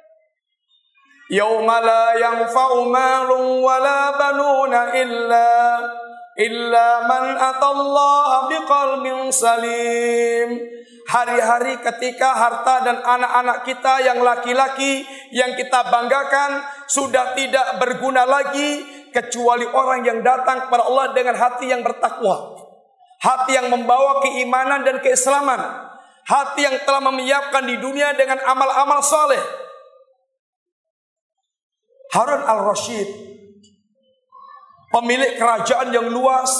yauma la yanfa'u malun wala banuna illa illa man atallaha biqalbin salim. Hari-hari ketika harta dan anak-anak kita yang laki-laki yang kita banggakan sudah tidak berguna lagi, kecuali orang yang datang kepada Allah dengan hati yang bertakwa, hati yang membawa keimanan dan keislaman, hati yang telah menyiapkan di dunia dengan amal-amal saleh. Harun al-Rasyid, pemilik kerajaan yang luas,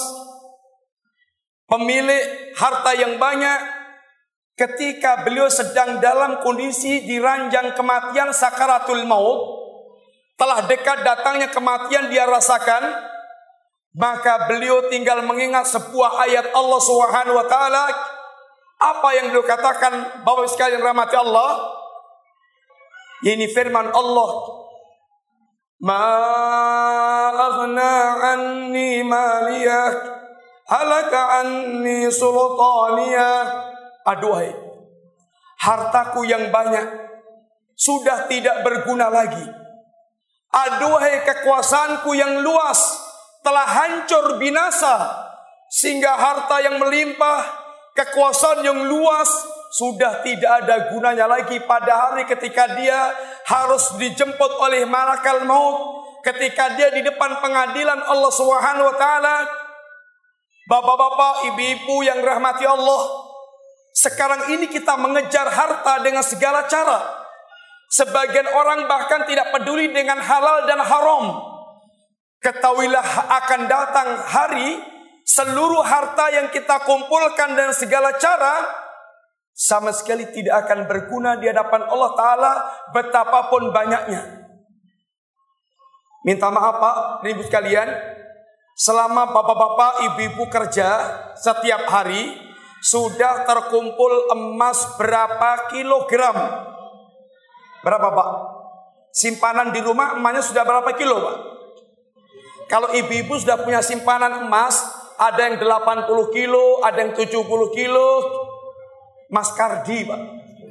pemilik harta yang banyak, ketika beliau sedang dalam kondisi diranjang kematian, sakaratul maut, telah dekat datangnya kematian dia rasakan, maka beliau tinggal mengingat sebuah ayat Allah Subhanahu wa taala. Apa yang beliau katakan, Bapak sekalian rahmati Allah? Ini firman Allah, ma aghna anni maliyah halaka anni sultaniyah. Aduhai, hartaku yang banyak sudah tidak berguna lagi. Aduhai, kekuasaanku yang luas telah hancur binasa, sehingga harta yang melimpah, kekuasaan yang luas sudah tidak ada gunanya lagi pada hari ketika dia harus dijemput oleh malakal maut, ketika dia di depan pengadilan Allah Subhanahu wa taala. Bapak-bapak, ibu-ibu yang rahmati Allah, sekarang ini kita mengejar harta dengan segala cara. Sebagian orang bahkan tidak peduli dengan halal dan haram. Ketahuilah akan datang hari, seluruh harta yang kita kumpulkan dengan segala cara sama sekali tidak akan berguna di hadapan Allah Ta'ala betapapun banyaknya. Minta maaf Pak, ibu sekalian, selama bapak-bapak, ibu-ibu kerja setiap hari, sudah terkumpul emas berapa kilogram? Berapa Pak? Simpanan di rumah emasnya sudah berapa kilo Pak? Kalau ibu-ibu sudah punya simpanan emas, ada yang delapan puluh kilo, ada yang tujuh puluh kilo. Mas Kardi Pak.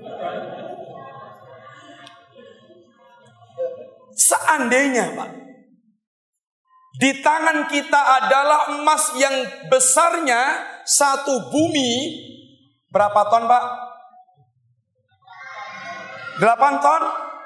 Seandainya Pak, di tangan kita adalah emas yang besarnya satu bumi, berapa ton Pak? delapan ton.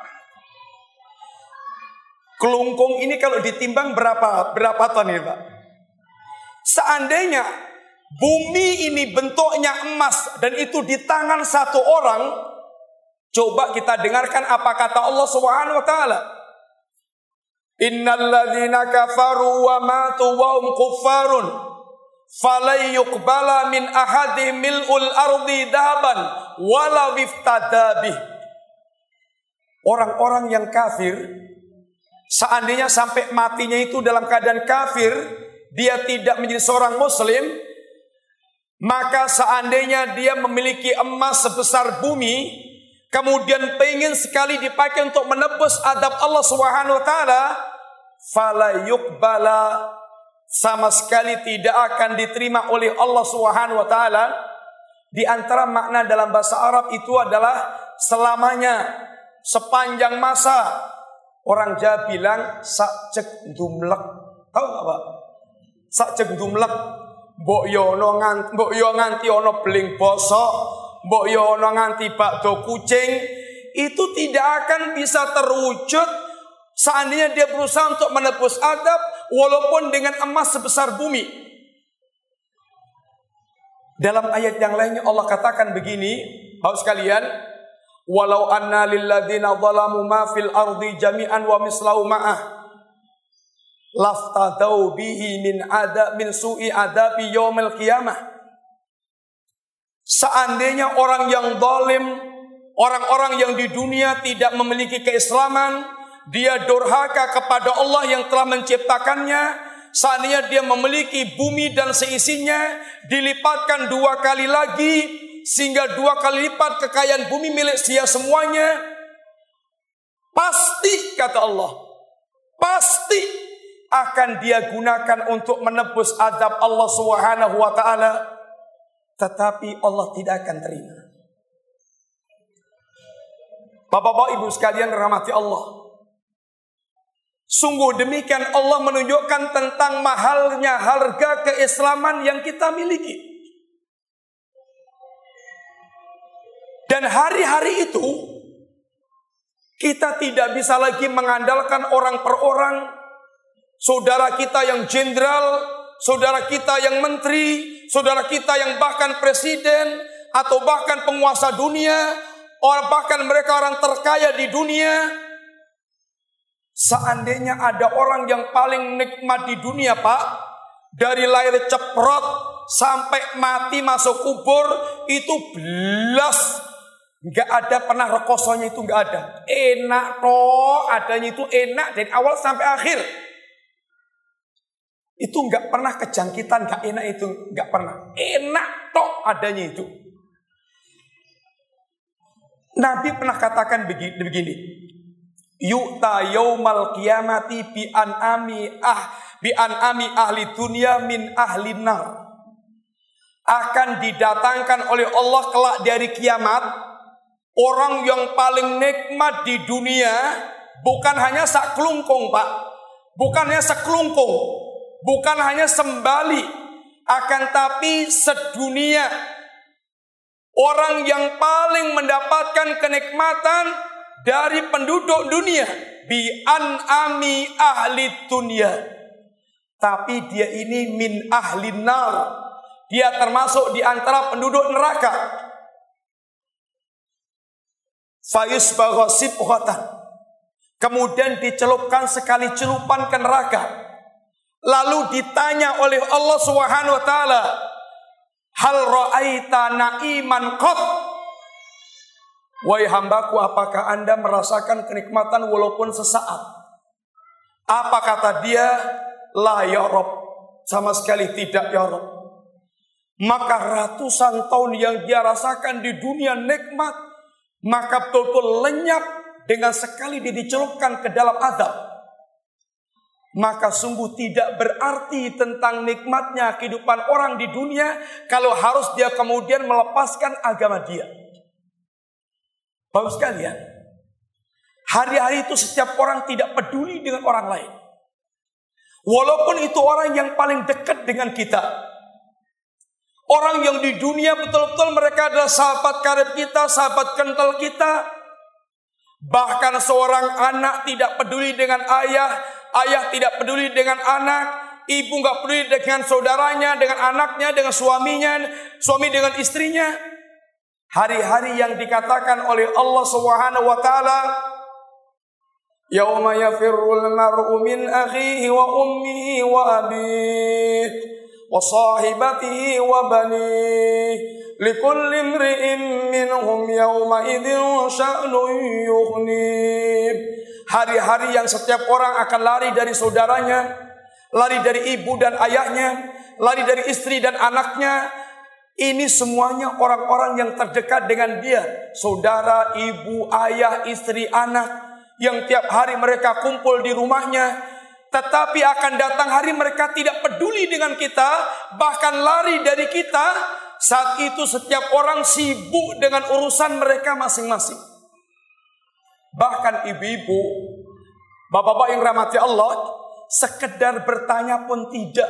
Kelungkung ini kalau ditimbang berapa berapa ton ini Pak? Seandainya bumi ini bentuknya emas dan itu di tangan satu orang, coba kita dengarkan apa kata Allah Subhanahu wa taala. Innal ladzina kafaru wa matu wa hum kuffarun falay yuqbala min ahadihim mil'ul ardi dhahaban wala iftada bih. Orang-orang yang kafir, seandainya sampai matinya itu dalam keadaan kafir, dia tidak menjadi seorang muslim, maka seandainya dia memiliki emas sebesar bumi, kemudian pengen sekali dipakai untuk menebus adab Allah Subhanahu wa taala, fala yuqbala, sama sekali tidak akan diterima oleh Allah Subhanahu wa taala. Di antara makna dalam bahasa Arab itu adalah selamanya, sepanjang masa. Orang Jawa bilang sak cek dumlek. Tahu enggak Pak? Sak cek dumlek. Mbok yo ono nganti mbok yo nganti ono beling bosok, mbok yo ono nganti bakdo kucing, itu tidak akan bisa terwujud seandainya dia berusaha untuk menebus adab walaupun dengan emas sebesar bumi. Dalam ayat yang lainnya Allah katakan begini, Bapak sekalian, walau anna lilladzina zalamu ma fil ardi jami'an wa mislahu ma'ah laftadau bihi min adab min su'i adabi yaumil qiyamah. Seandainya orang yang zalim, orang-orang yang di dunia tidak memiliki keislaman, dia durhaka kepada Allah yang telah menciptakannya, seandainya dia memiliki bumi dan seisinya, dilipatkan dua kali lagi, sehingga dua kali lipat kekayaan bumi milik dia semuanya, pasti, kata Allah, pasti akan dia gunakan untuk menebus azab Allah Subhanahu wa ta'ala. Tetapi Allah tidak akan terima. Bapak-bapak ibu sekalian rahmati Allah, sungguh demikian Allah menunjukkan tentang mahalnya harga keislaman yang kita miliki. Dan hari-hari itu kita tidak bisa lagi mengandalkan orang per orang. Saudara kita yang jenderal, saudara kita yang menteri, saudara kita yang bahkan presiden atau bahkan penguasa dunia, orang bahkan mereka orang terkaya di dunia. Seandainya ada orang yang paling nikmat di dunia, Pak, dari lahir ceprot sampai mati masuk kubur itu belas, nggak ada pernah rekosonya, itu nggak ada. Enak toh, adanya itu enak dari awal sampai akhir. Itu nggak pernah kejangkitan, nggak enak itu nggak pernah. Enak toh adanya itu. Nabi pernah katakan begini, begini. Yu'ta yaumal qiyamati bi an'ami ah bi an'ami ahli dunya min ahli nar. Akan didatangkan oleh Allah kelak dari kiamat orang yang paling nikmat di dunia, bukan hanya saklungkung, Pak. Bukan hanya sekelungkung, bukan hanya sembali, akan tapi sedunia. Orang yang paling mendapatkan kenikmatan dari penduduk dunia, bi an'ami ahli dunia. Tapi dia ini min ahli nar. Dia termasuk di antara penduduk neraka. Fayusbagha sibghatan. Kemudian dicelupkan sekali celupan ke neraka. Lalu ditanya oleh Allah Subhanahu wa taala, hal ra'aita na'iman qat? Wahai hambaku, apakah anda merasakan kenikmatan walaupun sesaat? Apa kata dia? La ya Rabb, sama sekali tidak ya Rabb. Maka ratusan tahun yang dia rasakan di dunia nikmat, maka betul-betul lenyap dengan sekali dia dicelupkan ke dalam azab. Maka sungguh tidak berarti tentang nikmatnya kehidupan orang di dunia kalau harus dia kemudian melepaskan agama dia. Bapak sekalian, hari-hari itu setiap orang tidak peduli dengan orang lain. Walaupun itu orang yang paling dekat dengan kita. Orang yang di dunia betul-betul mereka adalah sahabat karib kita, sahabat kental kita. Bahkan seorang anak tidak peduli dengan ayah, ayah tidak peduli dengan anak, ibu nggak peduli dengan saudaranya, dengan anaknya, dengan suaminya, suami dengan istrinya. Hari-hari yang dikatakan oleh Allah Subhanahu wa taala, yauma yafirrul mar'u min akhihi wa ummihi wa abihi wa sahibatihi wa banihi likulli imri'in minhum yawma idzin sya'nun yughnih. Hari-hari yang setiap orang akan lari dari saudaranya, lari dari ibu dan ayahnya, lari dari istri dan anaknya. Ini semuanya orang-orang yang terdekat dengan dia, saudara, ibu, ayah, istri, anak, yang tiap hari mereka kumpul di rumahnya. Tetapi akan datang hari mereka tidak peduli dengan kita, bahkan lari dari kita. Saat itu setiap orang sibuk dengan urusan mereka masing-masing. Bahkan ibu-ibu, bapak-bapak yang rahmati Allah, sekedar bertanya pun tidak.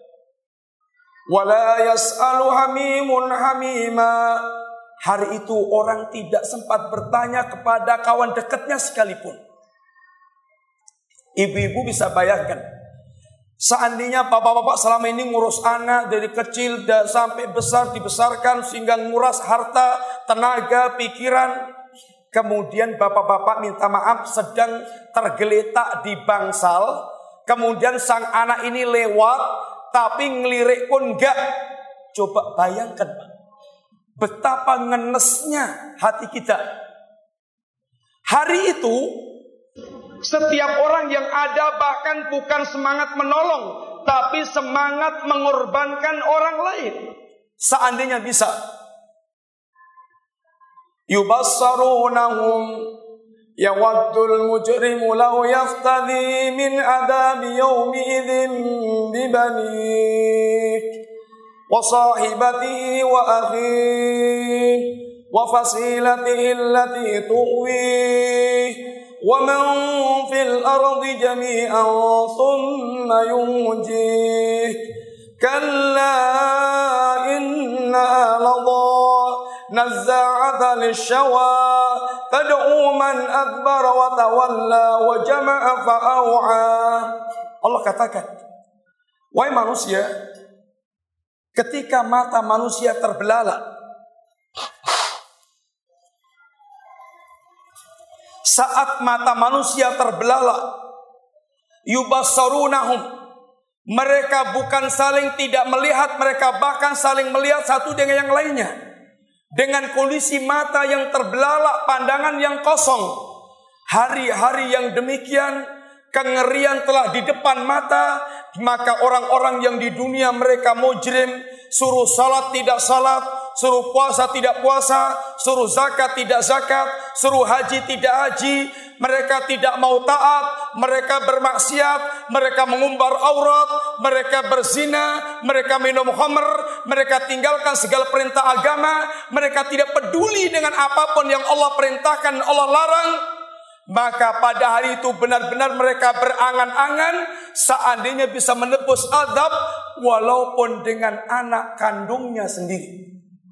Wala yas'alu hamimun hamima. Hari itu orang tidak sempat bertanya kepada kawan dekatnya sekalipun. Ibu-ibu bisa bayangkan, Seandainya bapak-bapak selama ini ngurus anak dari kecil dan sampai besar dibesarkan sehingga nguras harta, tenaga, pikiran, kemudian bapak-bapak minta maaf sedang tergeletak di bangsal, kemudian sang anak ini lewat tapi ngelirik pun enggak. Coba bayangkan betapa ngenesnya hati kita. Hari itu setiap orang yang ada bahkan bukan semangat menolong, tapi semangat mengorbankan orang lain. Seandainya bisa. Yubassarunahum yawaddul mujrimu law yaftadi min adabi yawmi idzin bibanih wa sahibatihi wa akhihi wa fasilatihi allati tuwih wa man fil ardi jami'an thumma yunjih kalla inna ladha nazza'ata lishawa tad'u man adbara wa tawalla wa jama'a fa'au'a. Allah katakan, wahai manusia, ketika mata manusia terbelalak, saat mata manusia terbelalak, yubassarunahum, mereka bukan saling tidak melihat, mereka bahkan saling melihat satu dengan yang lainnya. Dengan kondisi mata yang terbelalak, pandangan yang kosong. Hari-hari yang demikian, kengerian telah di depan mata. Maka orang-orang yang di dunia mereka mujrim, suruh salat tidak salat, suruh puasa tidak puasa, suruh zakat tidak zakat, suruh haji tidak haji, mereka tidak mau taat, mereka bermaksiat, mereka mengumbar aurat, mereka berzina, mereka minum khamr, mereka tinggalkan segala perintah agama, mereka tidak peduli dengan apapun yang Allah perintahkan, Allah larang. Maka pada hari itu benar-benar mereka berangan-angan seandainya bisa menebus azab walaupun dengan anak kandungnya sendiri.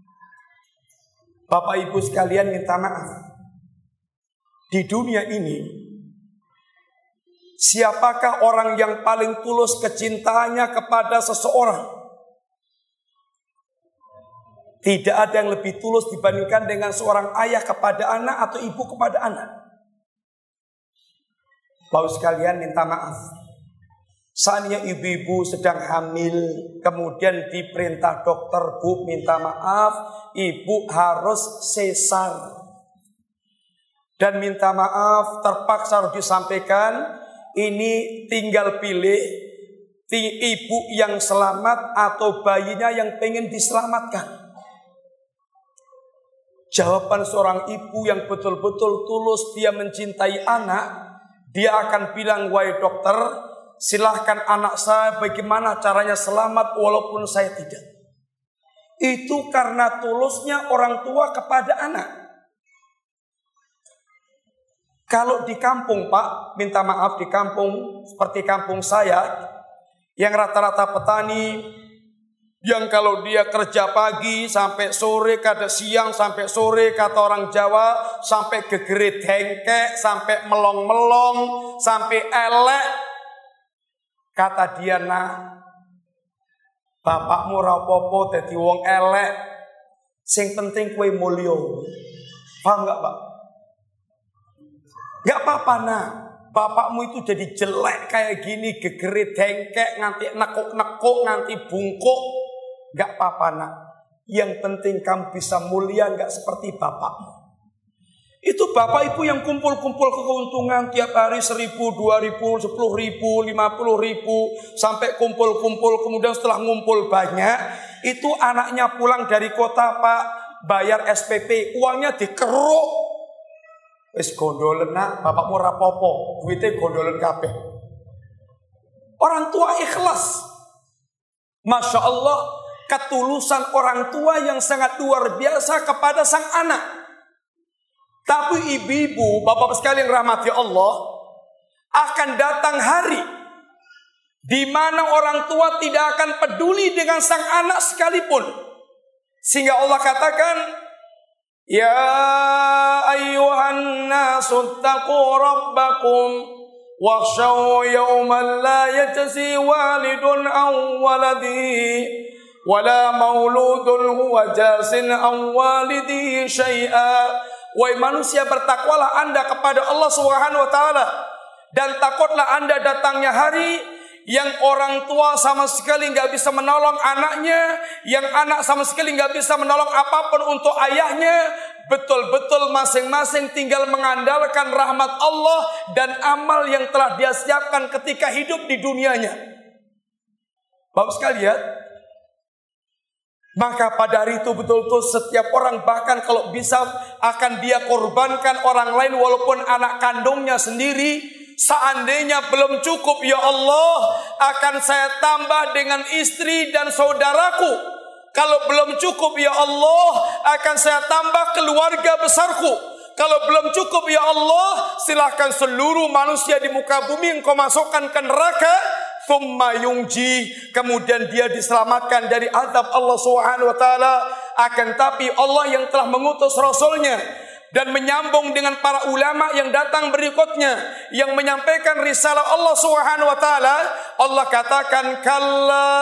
Bapak Ibu sekalian, minta maaf. Di dunia ini, siapakah orang yang paling tulus kecintaannya kepada seseorang? Tidak ada yang lebih tulus dibandingkan dengan seorang ayah kepada anak atau ibu kepada anak. Bapak sekalian, minta maaf. Seandainya ibu-ibu sedang hamil, kemudian diperintah dokter, bu minta maaf, ibu harus sesar. Dan minta maaf terpaksa harus disampaikan, ini tinggal pilih ibu yang selamat atau bayinya yang pengen diselamatkan. Jawaban seorang ibu yang betul-betul tulus dia mencintai anak, dia akan bilang, wahai dokter, silahkan anak saya bagaimana caranya selamat walaupun saya tidak. Itu karena tulusnya orang tua kepada anak. Kalau di kampung, Pak, minta maaf, di kampung seperti kampung saya, yang rata-rata petani, yang kalau dia kerja pagi sampai sore, kadang siang sampai sore, kata orang Jawa, sampai gegerit hengkek, sampai melong-melong, sampai elek. Kata dia, nah, bapakmu rapopo dadi wong elek, sing penting kowe mulya. Paham gak, Pak? Gak apa-apa, nah, bapakmu itu jadi jelek kayak gini, gegerit hengkek, nganti nekuk-nekuk, nganti bungkuk. Gak apa-apa, nak. Yang penting kamu bisa mulia gak seperti bapakmu. Itu bapak ibu yang kumpul-kumpul ke keuntungan tiap hari seribu, dua ribu, sepuluh ribu, lima puluh ribu, sampai kumpul-kumpul. Kemudian setelah ngumpul banyak, itu anaknya pulang dari kota, Pak, bayar S P P, uangnya dikeruk. Wis gondolen, nak, bapakmu rapopo, duitnya gondolen kabeh. Orang tua ikhlas. Masya Allah, ketulusan orang tua yang sangat luar biasa kepada sang anak. Tapi ibu-ibu, bapak sekalian rahmati Allah, akan datang hari di mana orang tua tidak akan peduli dengan sang anak sekalipun. Sehingga Allah katakan, ya ayyuhan nasu taqu rabbakum wakhshaw yawman la yajzi walidun aw waladihi wala mauludun huwa jazin aw walidihi syai'a. Wahai manusia, bertakwalah Anda kepada Allah Subhanahu wa taala dan takutlah Anda datangnya hari yang orang tua sama sekali nggak bisa menolong anaknya, yang anak sama sekali nggak bisa menolong apapun untuk ayahnya. Betul-betul masing-masing tinggal mengandalkan rahmat Allah dan amal yang telah dia siapkan ketika hidup di dunianya. Bapak sekalian, maka pada hari itu betul-betul setiap orang, bahkan kalau bisa akan dia korbankan orang lain walaupun anak kandungnya sendiri. Seandainya belum cukup, ya Allah, akan saya tambah dengan istri dan saudaraku. Kalau belum cukup, ya Allah, akan saya tambah keluarga besarku. Kalau belum cukup, ya Allah, silahkan seluruh manusia di muka bumi engkau masukkan ke neraka. Thumma yungji, kemudian dia diselamatkan dari azab Allah Subhanahu wa taala. Akan tapi Allah yang telah mengutus Rasulnya dan menyambung dengan para ulama yang datang berikutnya yang menyampaikan risalah Allah Subhanahu wa taala, Allah katakan kalla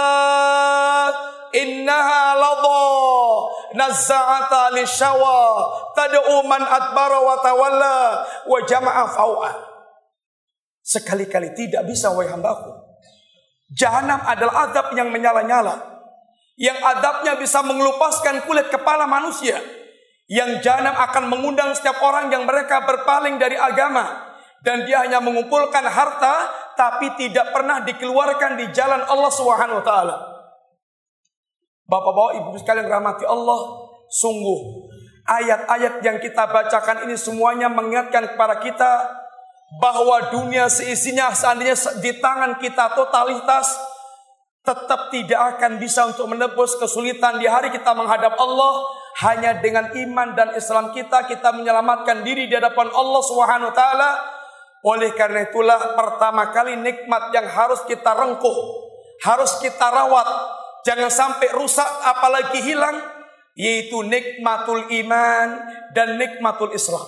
innaha ladha nazza'ata lishawa tad'u man adbara wa tawalla wa jama'a fau'a. Sekali-kali tidak bisa, wahai hambaku. Jahanam adalah azab yang menyala-nyala, yang azabnya bisa mengelupaskan kulit kepala manusia, yang jahanam akan mengundang setiap orang yang mereka berpaling dari agama dan dia hanya mengumpulkan harta tapi tidak pernah dikeluarkan di jalan Allah Subhanahu wa taala. Bapak-bapak, ibu sekalian rahmati Allah, sungguh ayat-ayat yang kita bacakan ini semuanya mengingatkan kepada kita bahwa dunia seisinya seandainya di tangan kita totalitas tetap tidak akan bisa untuk menebus kesulitan di hari kita menghadap Allah. Hanya dengan iman dan Islam kita, kita menyelamatkan diri di hadapan Allah Subhanahu wa taala. Oleh karena itulah pertama kali nikmat yang harus kita rengkuh, harus kita rawat, jangan sampai rusak apalagi hilang, yaitu nikmatul iman dan nikmatul Islam.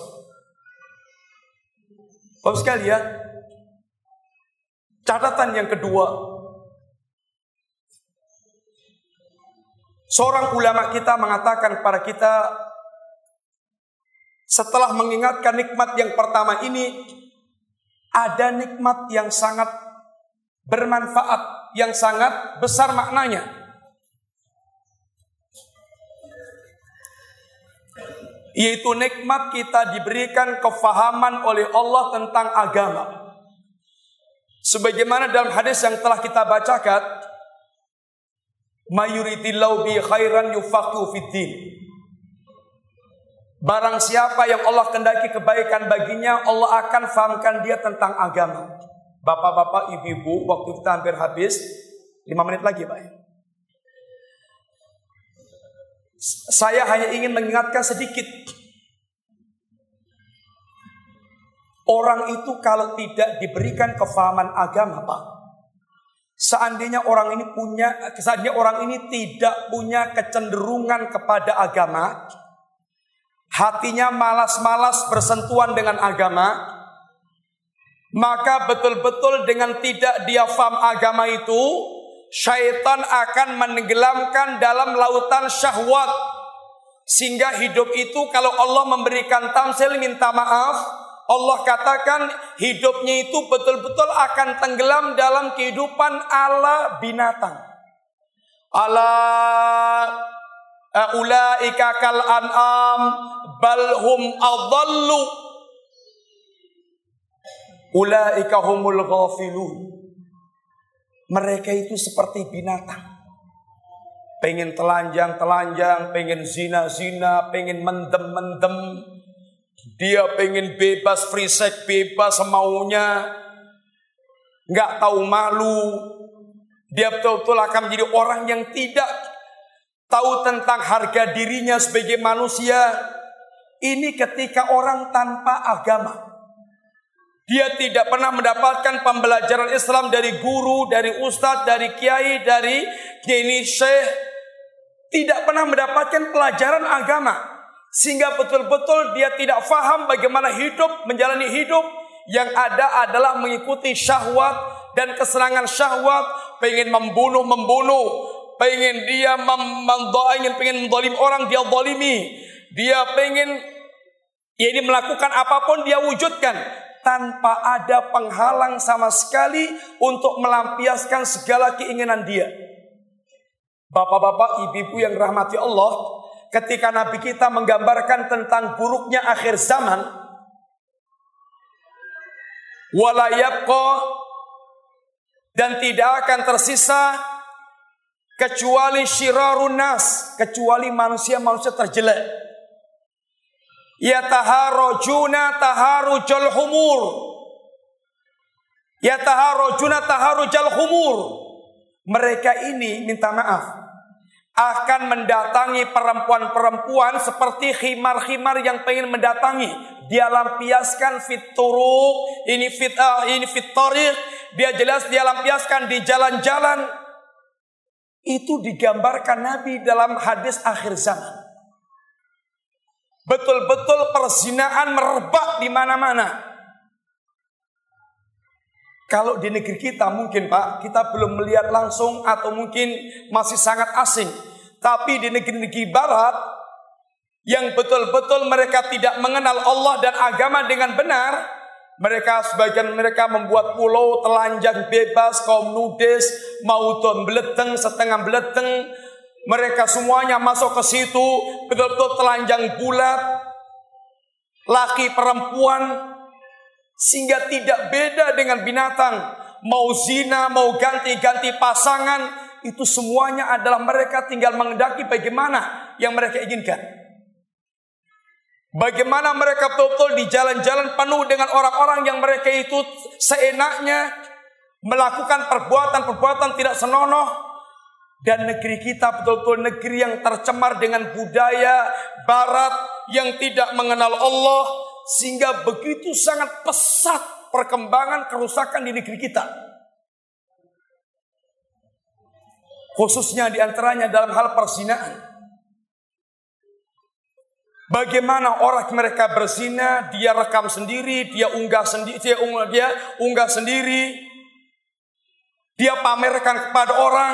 Bapak sekalian, catatan yang kedua, seorang ulama kita mengatakan kepada kita, setelah mengingatkan nikmat yang pertama ini, ada nikmat yang sangat bermanfaat, yang sangat besar maknanya. Yaitu nikmat kita diberikan kefahaman oleh Allah tentang agama. Sebagaimana dalam hadis yang telah kita bacakan, mayuridillahu bi khairan yufaqihu fiddin. Barang siapa yang Allah kehendaki kebaikan baginya, Allah akan fahamkan dia tentang agama. Bapak-bapak, ibu-ibu, waktu kita hampir habis, lima menit lagi, Pak. Saya hanya ingin mengingatkan sedikit. Orang itu kalau tidak diberikan kefahaman agama, Pak, seandainya orang ini punya, seandainya orang ini tidak punya kecenderungan kepada agama, hatinya malas-malas bersentuhan dengan agama, maka betul-betul dengan tidak dia faham agama itu, syaitan akan menenggelamkan dalam lautan syahwat. Sehingga hidup itu kalau Allah memberikan tamsil, minta maaf, Allah katakan hidupnya itu betul-betul akan tenggelam dalam kehidupan ala binatang. Ala ulaika kal an'am bal hum adallu ulaika humul ghafilun. Mereka itu seperti binatang, pengen telanjang-telanjang, pengen zina-zina, pengen mendem-mendem. Dia pengen bebas, free sex, bebas semaunya, nggak tahu malu. Dia betul-betul akan menjadi orang yang tidak tahu tentang harga dirinya sebagai manusia. Ini ketika orang tanpa agama. Dia tidak pernah mendapatkan pembelajaran Islam dari guru, dari ustadz, dari kiai, dari kiai syekh. Tidak pernah mendapatkan pelajaran agama. Sehingga betul-betul dia tidak faham bagaimana hidup, menjalani hidup. yang ada adalah mengikuti syahwat dan kesenangan syahwat, pengen membunuh-membunuh, pengen dia ingin pengen menzalim orang, dia zalimi, dia pengen ya ini melakukan apapun dia wujudkan tanpa ada penghalang sama sekali untuk melampiaskan segala keinginan dia. Bapak-bapak, ibu-ibu yang rahmati Allah, ketika Nabi kita menggambarkan tentang buruknya akhir zaman, wala yabqa, dan tidak akan tersisa kecuali syirarun nas, kecuali manusia-manusia terjelek. Yataharujuna taharujal humur. Yataharujuna taharujal humur. Mereka ini, minta maaf, akan mendatangi perempuan-perempuan seperti khimar-khimar yang pengen mendatangi. Dia lampiaskan fit turuq, ini fit uh, ini fit tariq, dia jelas dia lampiaskan di jalan-jalan. Itu digambarkan Nabi dalam hadis akhir zaman. Betul-betul perzinaan merebak di mana-mana. Kalau di negeri kita mungkin Pak, kita belum melihat langsung atau mungkin masih sangat asing. Tapi di negeri-negeri barat yang betul-betul mereka tidak mengenal Allah dan agama dengan benar, mereka sebagian mereka membuat pulau telanjang bebas, kaum nudis, mau beleteng, setengah beleteng. Mereka semuanya masuk ke situ, betul-betul telanjang bulat, laki perempuan, sehingga tidak beda dengan binatang. Mau zina, mau ganti-ganti pasangan, itu semuanya adalah mereka tinggal menghendaki bagaimana yang mereka inginkan. Bagaimana mereka betul-betul di jalan-jalan penuh dengan orang-orang yang mereka itu seenaknya melakukan perbuatan-perbuatan tidak senonoh. Dan negeri kita betul-betul negeri yang tercemar dengan budaya barat yang tidak mengenal Allah, sehingga begitu sangat pesat perkembangan kerusakan di negeri kita. Khususnya diantaranya dalam hal perzinaan. Bagaimana orang mereka berzina, dia rekam sendiri, dia unggah sendiri, dia unggah, dia unggah sendiri, dia pamerkan kepada orang.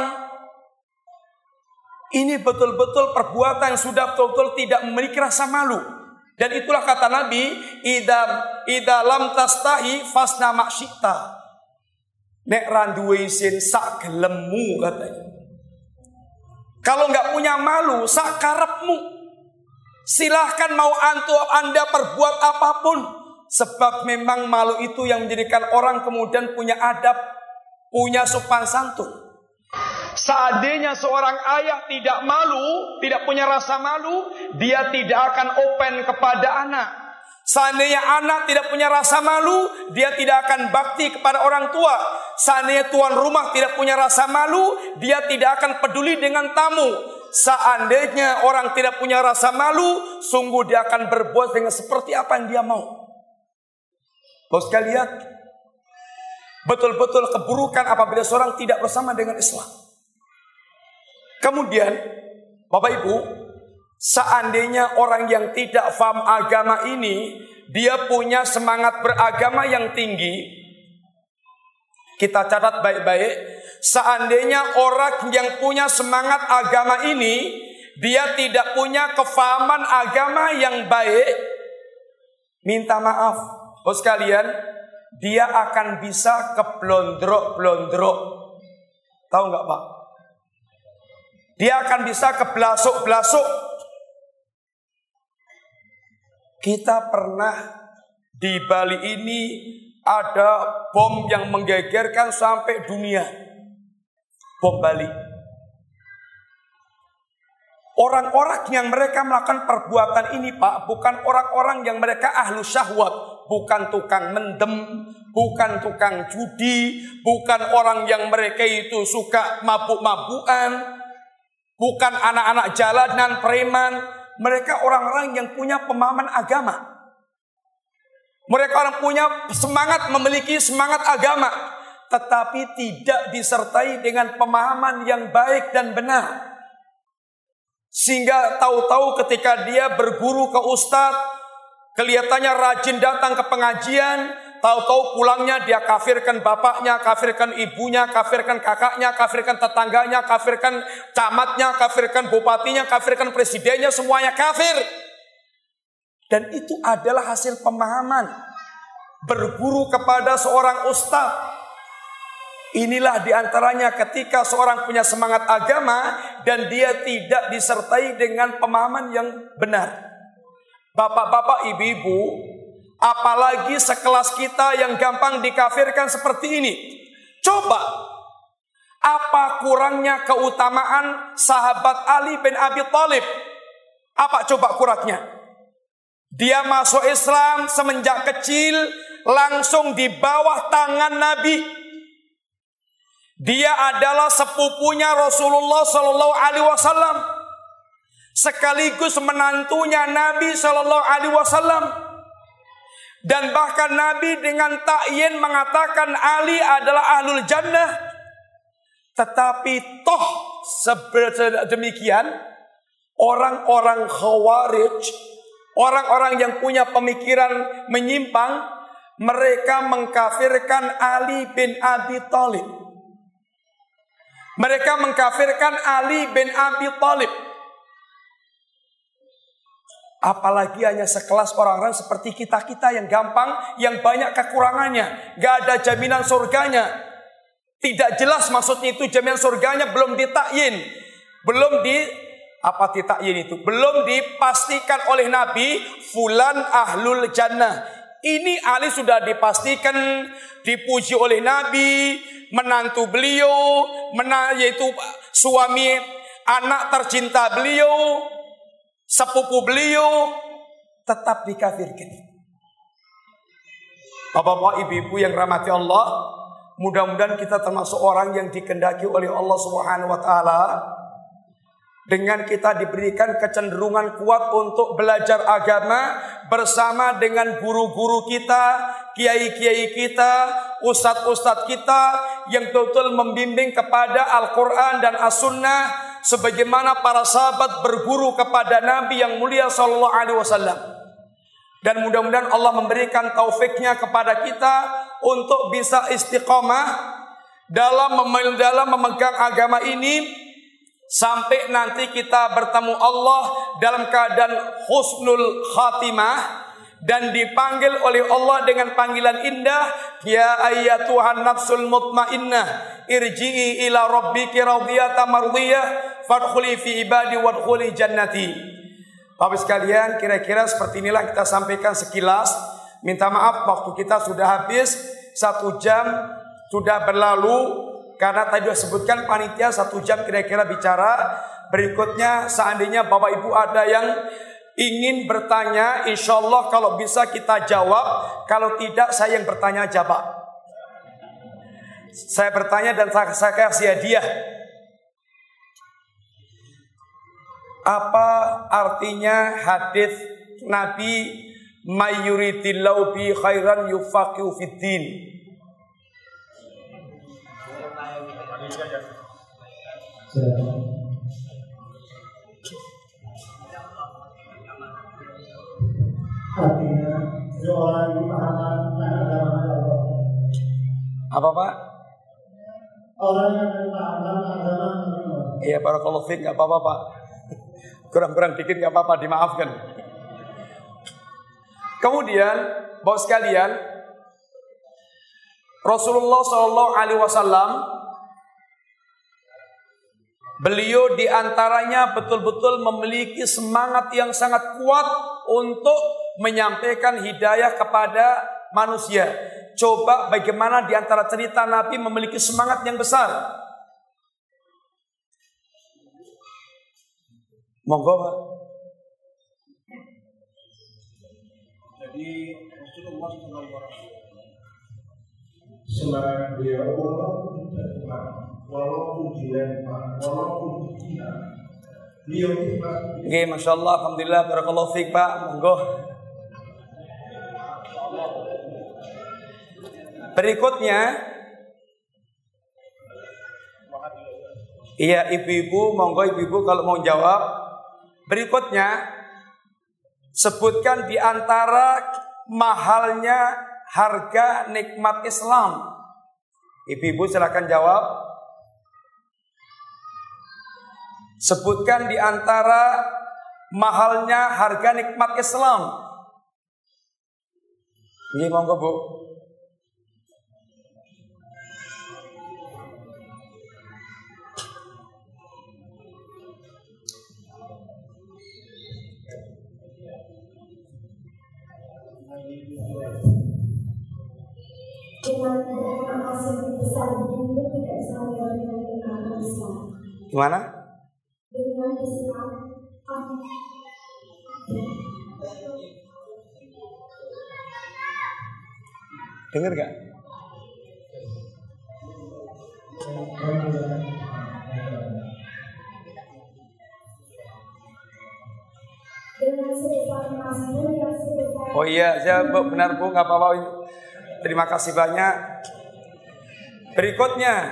Ini betul-betul perbuatan yang sudah betul-betul tidak memiliki rasa malu. Dan itulah kata Nabi, idam idalam tastahi fasna maksyita. Nek randuwe isin sak gelemu katanya. Kalau nggak punya malu, sak karepmu. Silahkan mau antu Anda perbuat apapun. Sebab memang malu itu yang menjadikan orang kemudian punya adab, punya sopan santun. Seandainya seorang ayah tidak malu, tidak punya rasa malu, dia tidak akan open kepada anak. Seandainya anak tidak punya rasa malu, dia tidak akan bakti kepada orang tua. Seandainya tuan rumah tidak punya rasa malu, dia tidak akan peduli dengan tamu. Seandainya orang tidak punya rasa malu, sungguh dia akan berbuat dengan seperti apa yang dia mau. Bos kalian, betul-betul keburukan apabila seorang tidak bersama dengan Islam. Kemudian, Bapak Ibu, seandainya orang yang tidak paham agama ini, dia punya semangat beragama yang tinggi, kita catat baik-baik, seandainya orang yang punya semangat agama ini, dia tidak punya kefahaman agama yang baik, minta maaf, bos kalian, dia akan bisa keblondrok-blondrok. Tahu nggak Pak? Dia akan bisa keblasuk-blasuk. Kita pernah di Bali ini ada bom yang menggegerkan sampai dunia. Bom Bali. Orang-orang yang mereka melakukan perbuatan ini Pak, bukan orang-orang yang mereka ahlu syahwat, bukan tukang mendem, bukan tukang judi, bukan orang yang mereka itu suka mabuk-mabukan, bukan anak-anak jalanan, preman. Mereka orang-orang yang punya pemahaman agama. Mereka orang punya semangat, memiliki semangat agama, tetapi tidak disertai dengan pemahaman yang baik dan benar. Sehingga tahu-tahu ketika dia berguru ke ustadz, kelihatannya rajin datang ke pengajian, tahu-tahu pulangnya dia kafirkan bapaknya, kafirkan ibunya, kafirkan kakaknya, kafirkan tetangganya, kafirkan camatnya, kafirkan bupatinya, kafirkan presidennya, semuanya kafir. Dan itu adalah hasil pemahaman berguru kepada seorang ustadz. Inilah diantaranya ketika seorang punya semangat agama dan dia tidak disertai dengan pemahaman yang benar. Bapak-bapak, ibu-ibu, apalagi sekelas kita yang gampang dikafirkan seperti ini. Coba, apa kurangnya keutamaan sahabat Ali bin Abi Thalib? Apa coba kurangnya? Dia masuk Islam semenjak kecil, langsung di bawah tangan Nabi. Dia adalah sepupunya Rasulullah Sallallahu Alaihi Wasallam, sekaligus menantunya Nabi Sallallahu Alaihi Wasallam. Dan bahkan Nabi dengan ta'yin mengatakan Ali adalah ahlul jannah. Tetapi toh demikian, orang-orang khawarij, orang-orang yang punya pemikiran menyimpang, mereka mengkafirkan Ali bin Abi Thalib. Mereka mengkafirkan Ali bin Abi Thalib. Apalagi hanya sekelas orang-orang seperti kita-kita yang gampang, yang banyak kekurangannya, gak ada jaminan surganya. Tidak jelas maksudnya itu jaminan surganya, belum ditakyin, belum di apa ditakyin itu, belum dipastikan oleh Nabi fulan ahlul jannah. Ini Ali sudah dipastikan, dipuji oleh Nabi, menantu beliau, mena, yaitu suami anak tercinta beliau, sepupu beliau, tetap dikafirkan. Bapak-bapak, ibu-ibu yang rahmati Allah, mudah-mudahan kita termasuk orang yang dikehendaki oleh Allah Subhanahu wa taala. Dengan kita diberikan kecenderungan kuat untuk belajar agama bersama dengan guru-guru kita, kiai-kiai kita, ustadz-ustadz kita yang betul-betul membimbing kepada Al-Quran dan As-Sunnah sebagaimana para sahabat berguru kepada Nabi yang mulia Sallallahu Alaihi Wasallam. Dan mudah-mudahan Allah memberikan taufiknya kepada kita untuk bisa istiqomah dalam dalam memegang agama ini, sampai nanti kita bertemu Allah dalam keadaan husnul khatimah dan dipanggil oleh Allah dengan panggilan indah, ya ayyatuhan nafsul mutmainnah irji'i ila rabbiki radiyatan mardiyah fadkhuli fi ibadi wadkhuli jannati. Bapak sekalian, kira-kira seperti inilah kita sampaikan sekilas. Minta maaf waktu kita sudah habis, satu jam sudah berlalu. Karena tadi sudah sebutkan panitia satu jam kira-kira bicara. Berikutnya seandainya Bapak Ibu ada yang ingin bertanya, insya Allah kalau bisa kita jawab. Kalau tidak saya yang bertanya aja Pak. Saya bertanya dan saya, saya kasih hadiah. Apa artinya hadis Nabi mayyuridillahu bi khairan yufaqihu fiddin? Artinya seorang dipahamkan agama Allah. Apa Pak? Orang yang dipahamkan agama Allah. Iya, barakallahu fiik, enggak apa-apa Pak. Kurang-kurang dikit enggak apa-apa, dimaafkan. Kemudian, Bapak sekalian, Rasulullah Shallallahu Alaihi Wasallam, beliau diantaranya betul-betul memiliki semangat yang sangat kuat untuk menyampaikan hidayah kepada manusia. Coba bagaimana diantara cerita Nabi memiliki semangat yang besar. Monggo Pak. Jadi Rasulullah shallallahu alaihi wasallam semangat beliau walaupun tidak cuma, walaupun dilempar, walaupun dihina, beliau ikhlas. Oke, masya Allah, alhamdulillah, barakallahu fiik Pak. Monggo. Berikutnya, iya ibu-ibu, monggo ibu-ibu kalau mau jawab. Berikutnya, sebutkan di antara mahalnya harga nikmat Islam? Ibu-ibu silakan jawab. Sebutkan di antara mahalnya harga nikmat Islam. Ini monggo Bu. Gimana? Dengar gak? Oh iya, saya benar Bu, nggak apa-apa. Terima kasih banyak. Berikutnya,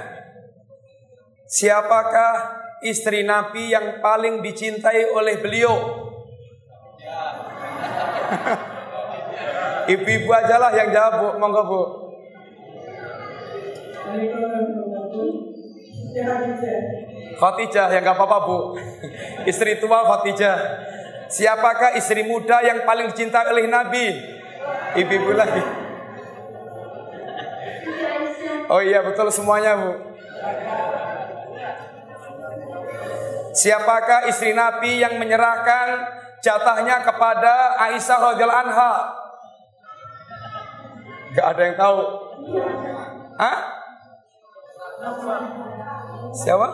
siapakah istri Nabi yang paling dicintai oleh beliau? Ibu-ibu aja lah yang jawab Bu, monggo Bu. Khadijah, ya nggak apa-apa Bu. Istri tua Khadijah. Siapakah istri muda yang paling dicintai oleh Nabi? Ibu-ibu lagi. Oh iya betul semuanya Bu. Siapakah istri Nabi yang menyerahkan jatahnya kepada Aisyah radhiyallahu anha? Gak ada yang tahu. Hah? Siapa?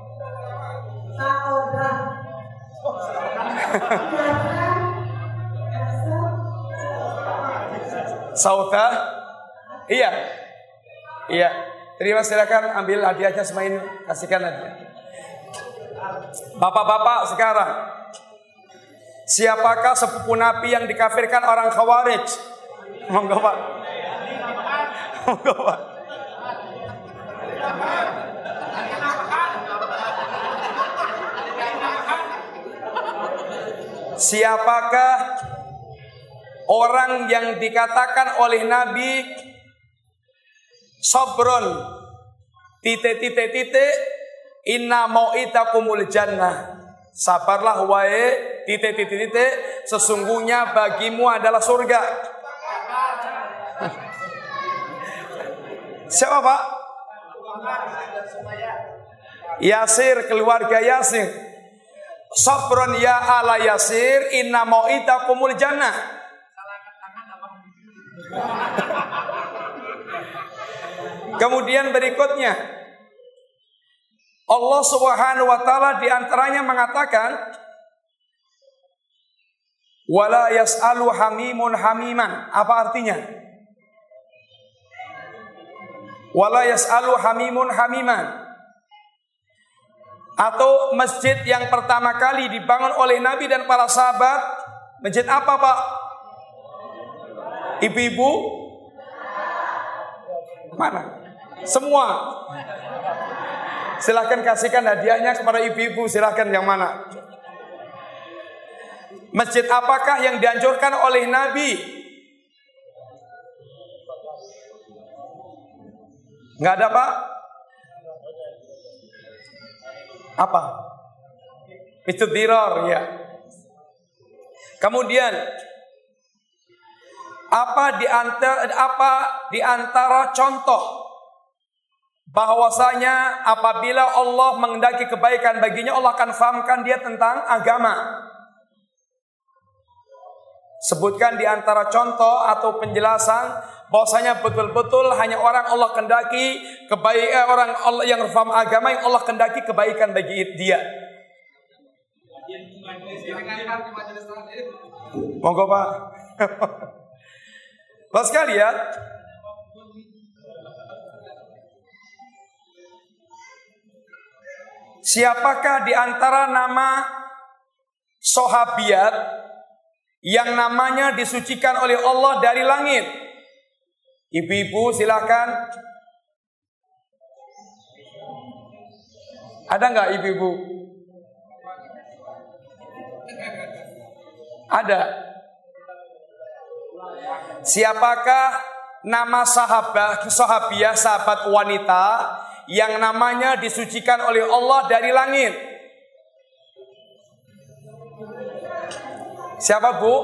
Saudah? Iya. Iya. Terima, silakan ambil hadiahnya semain, kasihkan hadiah. Bapak-bapak sekarang, siapakah sepupu Nabi yang dikafirkan orang Khawarij? Monggo Pak. Monggo Pak. Siapakah orang yang dikatakan oleh Nabi sabron titik-titik-titik inna mau'idakumul jannah, sabarlah wae titik-titik-titik, sesungguhnya bagimu adalah surga. Siapa Pak? Yasir, keluarga Yasir. Sabron ya ala Yasir inna mau'idakumul jannah. Kemudian berikutnya, Allah Subhanahu wa taala di antaranya mengatakan wala yas'alu hamimun hamiman. Apa artinya? Wala yas'alu hamimun hamiman. Atau masjid yang pertama kali dibangun oleh Nabi dan para sahabat, masjid apa Pak? Ibu-ibu? Mana? Semua. Silahkan kasihkan hadiahnya kepada ibu-ibu. Silahkan yang mana? Masjid apakah yang dianjurkan oleh Nabi? Nggak ada Pak? Apa? Itu diror ya. Kemudian apa di antara apa di antara contoh bahwasanya apabila Allah menghendaki kebaikan baginya, Allah akan fahamkan dia tentang agama. Sebutkan di antara contoh atau penjelasan bahwasanya betul-betul hanya orang Allah kehendaki kebaikan, orang Allah yang faham agama yang Allah kehendaki kebaikan bagi dia. Monggo Pak. Bapak sekalian, siapakah di antara nama sahabiat yang namanya disucikan oleh Allah dari langit? Ibu-ibu silakan. Ada nggak ibu-ibu? Ada. Siapakah nama sahabat, sahabiah, sahabat wanita yang namanya disucikan oleh Allah dari langit? Siapa bu?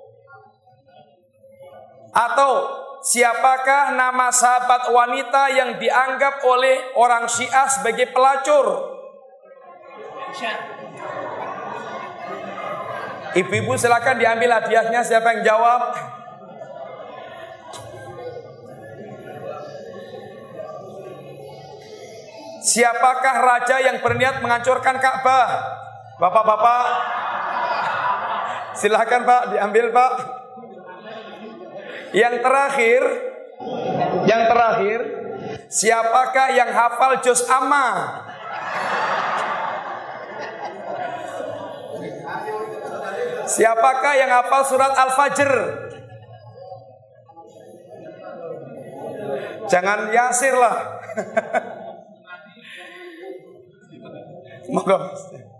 Atau siapakah nama sahabat wanita yang dianggap oleh orang Syiah sebagai pelacur? Ibu-ibu silakan diambil hadiahnya. Siapa yang jawab? Siapakah raja yang berniat menghancurkan Ka'bah? Bapak-bapak, silakan Pak, diambil Pak. Yang terakhir, yang terakhir, siapakah yang hafal juz amma? Siapakah yang hafal surat Al-Fajr? Jangan Yasir lah. Moga.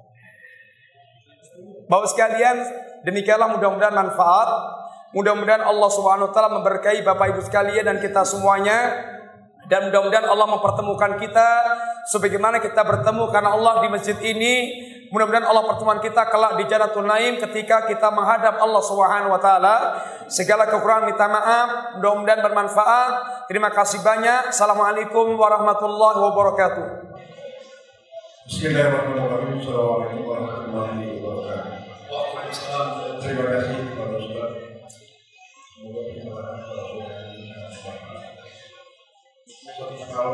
Bapak sekalian, demikianlah mudah-mudahan manfaat. Mudah-mudahan Allah Subhanahu wa taala memberkahi Bapak Ibu sekalian dan kita semuanya. Dan mudah-mudahan Allah mempertemukan kita sebagaimana kita bertemu karena Allah di masjid ini. Mudah-mudahan Allah pertemuan kita kelak di Jannatul Naim ketika kita menghadap Allah Subhanahu wa taala. Segala kekurangan minta maaf, mudah-mudahan bermanfaat. Terima kasih banyak. Assalamualaikum warahmatullahi wabarakatuh. Bismillahirrahmanirrahim. Assalamualaikum warahmatullahi wabarakatuh. Terima kasih kepada Ustaz. Semoga bermanfaat kepada saudara. Satu hal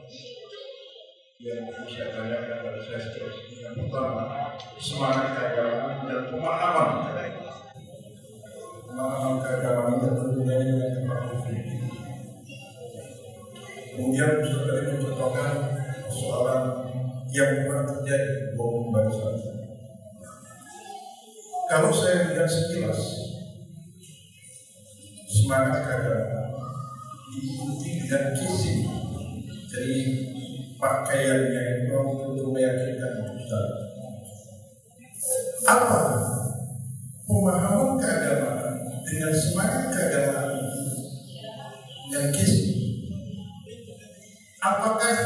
yang saya tanyakan pada saya seterusnya. Yang pertama, semangat keagamaan dan pemahaman pemahaman keagamaan dan tentunya dengan kemahaman. Kemudian Ustaz tadi mencontohkan persoalan yang pernah terjadi bom bangsa. Kalau saya lihat sekilas semangat keagamaan diikuti dengan kisi, jadi pakaiannya itu untuk meyakinkan Ustaz. Apa pemahaman keagamaan dengan semangat keagamaan yang kisi? Apakah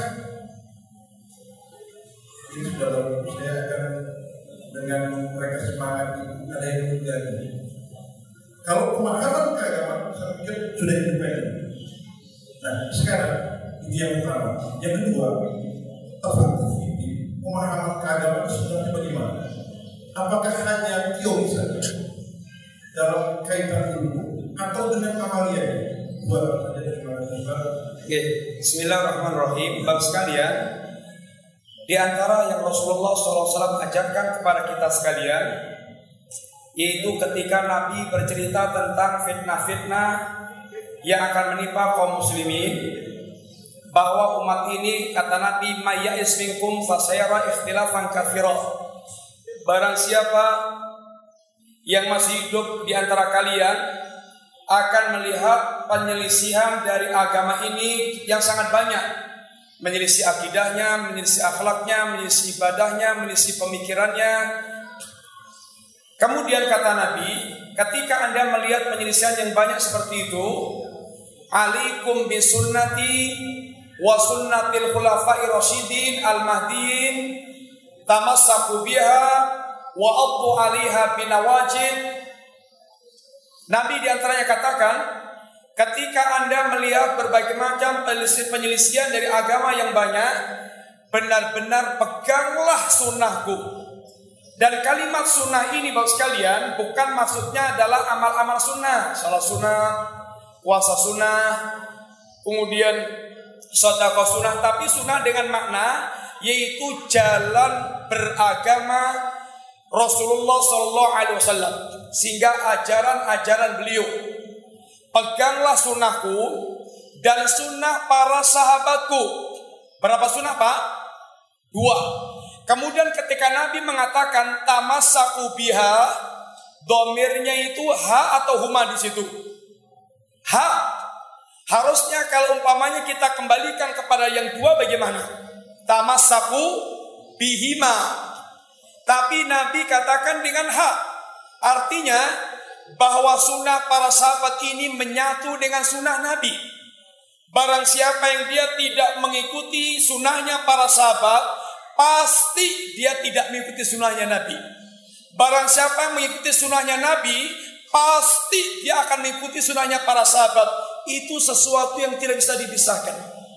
ini sudah lalu saya akan dengan mereka semangat ada yang terjadi? Kalau pemahaman keagamaan saya pikir sudah independen. Nah sekarang ini yang pertama. Yang kedua, perspektif ini pemahaman keagamaan sebenarnya bagaimana? Apakah hanya teori saja dalam kaitan ilmu atau dengan amalia? Buat saja dengan Oke, Bismillahirrahmanirrahim. Bapak sekalian, di antara yang Rasulullah shallallahu alaihi wasallam ajarkan kepada kita sekalian, yaitu ketika Nabi bercerita tentang fitnah-fitnah yang akan menimpa kaum muslimin, bahwa umat ini kata Nabi mayya'is minkum fasayara ikhtilafan katsira. Barang siapa yang masih hidup di antara kalian akan melihat penyelisihan dari agama ini yang sangat banyak. Menyelisih akidahnya, menyelisih akhlaknya, menyelisih ibadahnya, menyelisih pemikirannya. Kemudian kata Nabi, ketika Anda melihat penyelisihan yang banyak seperti itu, alaikum bisunnati wa sunnatil khulafai rasyidin al-mahdiin tamassaku biha wa addu 'alaiha binawajid. Nabi diantaranya katakan, ketika Anda melihat berbagai macam penyelisihan dari agama yang banyak, benar-benar peganglah sunnahku. Dan kalimat sunnah ini Bapak sekalian, bukan maksudnya adalah amal-amal sunnah, salat sunnah, puasa sunnah, kemudian sedekah sunnah, tapi sunnah dengan makna yaitu jalan beragama Rasulullah Shallallahu Alaihi Wasallam, sehingga ajaran-ajaran beliau. Peganglah sunnahku dan sunnah para sahabatku. Berapa sunnah Pak? Dua. Kemudian ketika Nabi mengatakan tamassaku biha, domirnya itu ha atau huma di situ. Ha. Harusnya kalau umpamanya kita kembalikan kepada yang dua bagaimana? Tamassaku bihima. Tapi Nabi katakan dengan ha. Artinya bahwa sunnah para sahabat ini menyatu dengan sunnah Nabi. Barang siapa yang dia tidak mengikuti sunnahnya para sahabat, pasti dia tidak mengikuti sunnahnya Nabi. Barang siapa yang mengikuti sunnahnya Nabi, pasti dia akan mengikuti sunnahnya para sahabat. Itu sesuatu yang tidak bisa dipisahkan.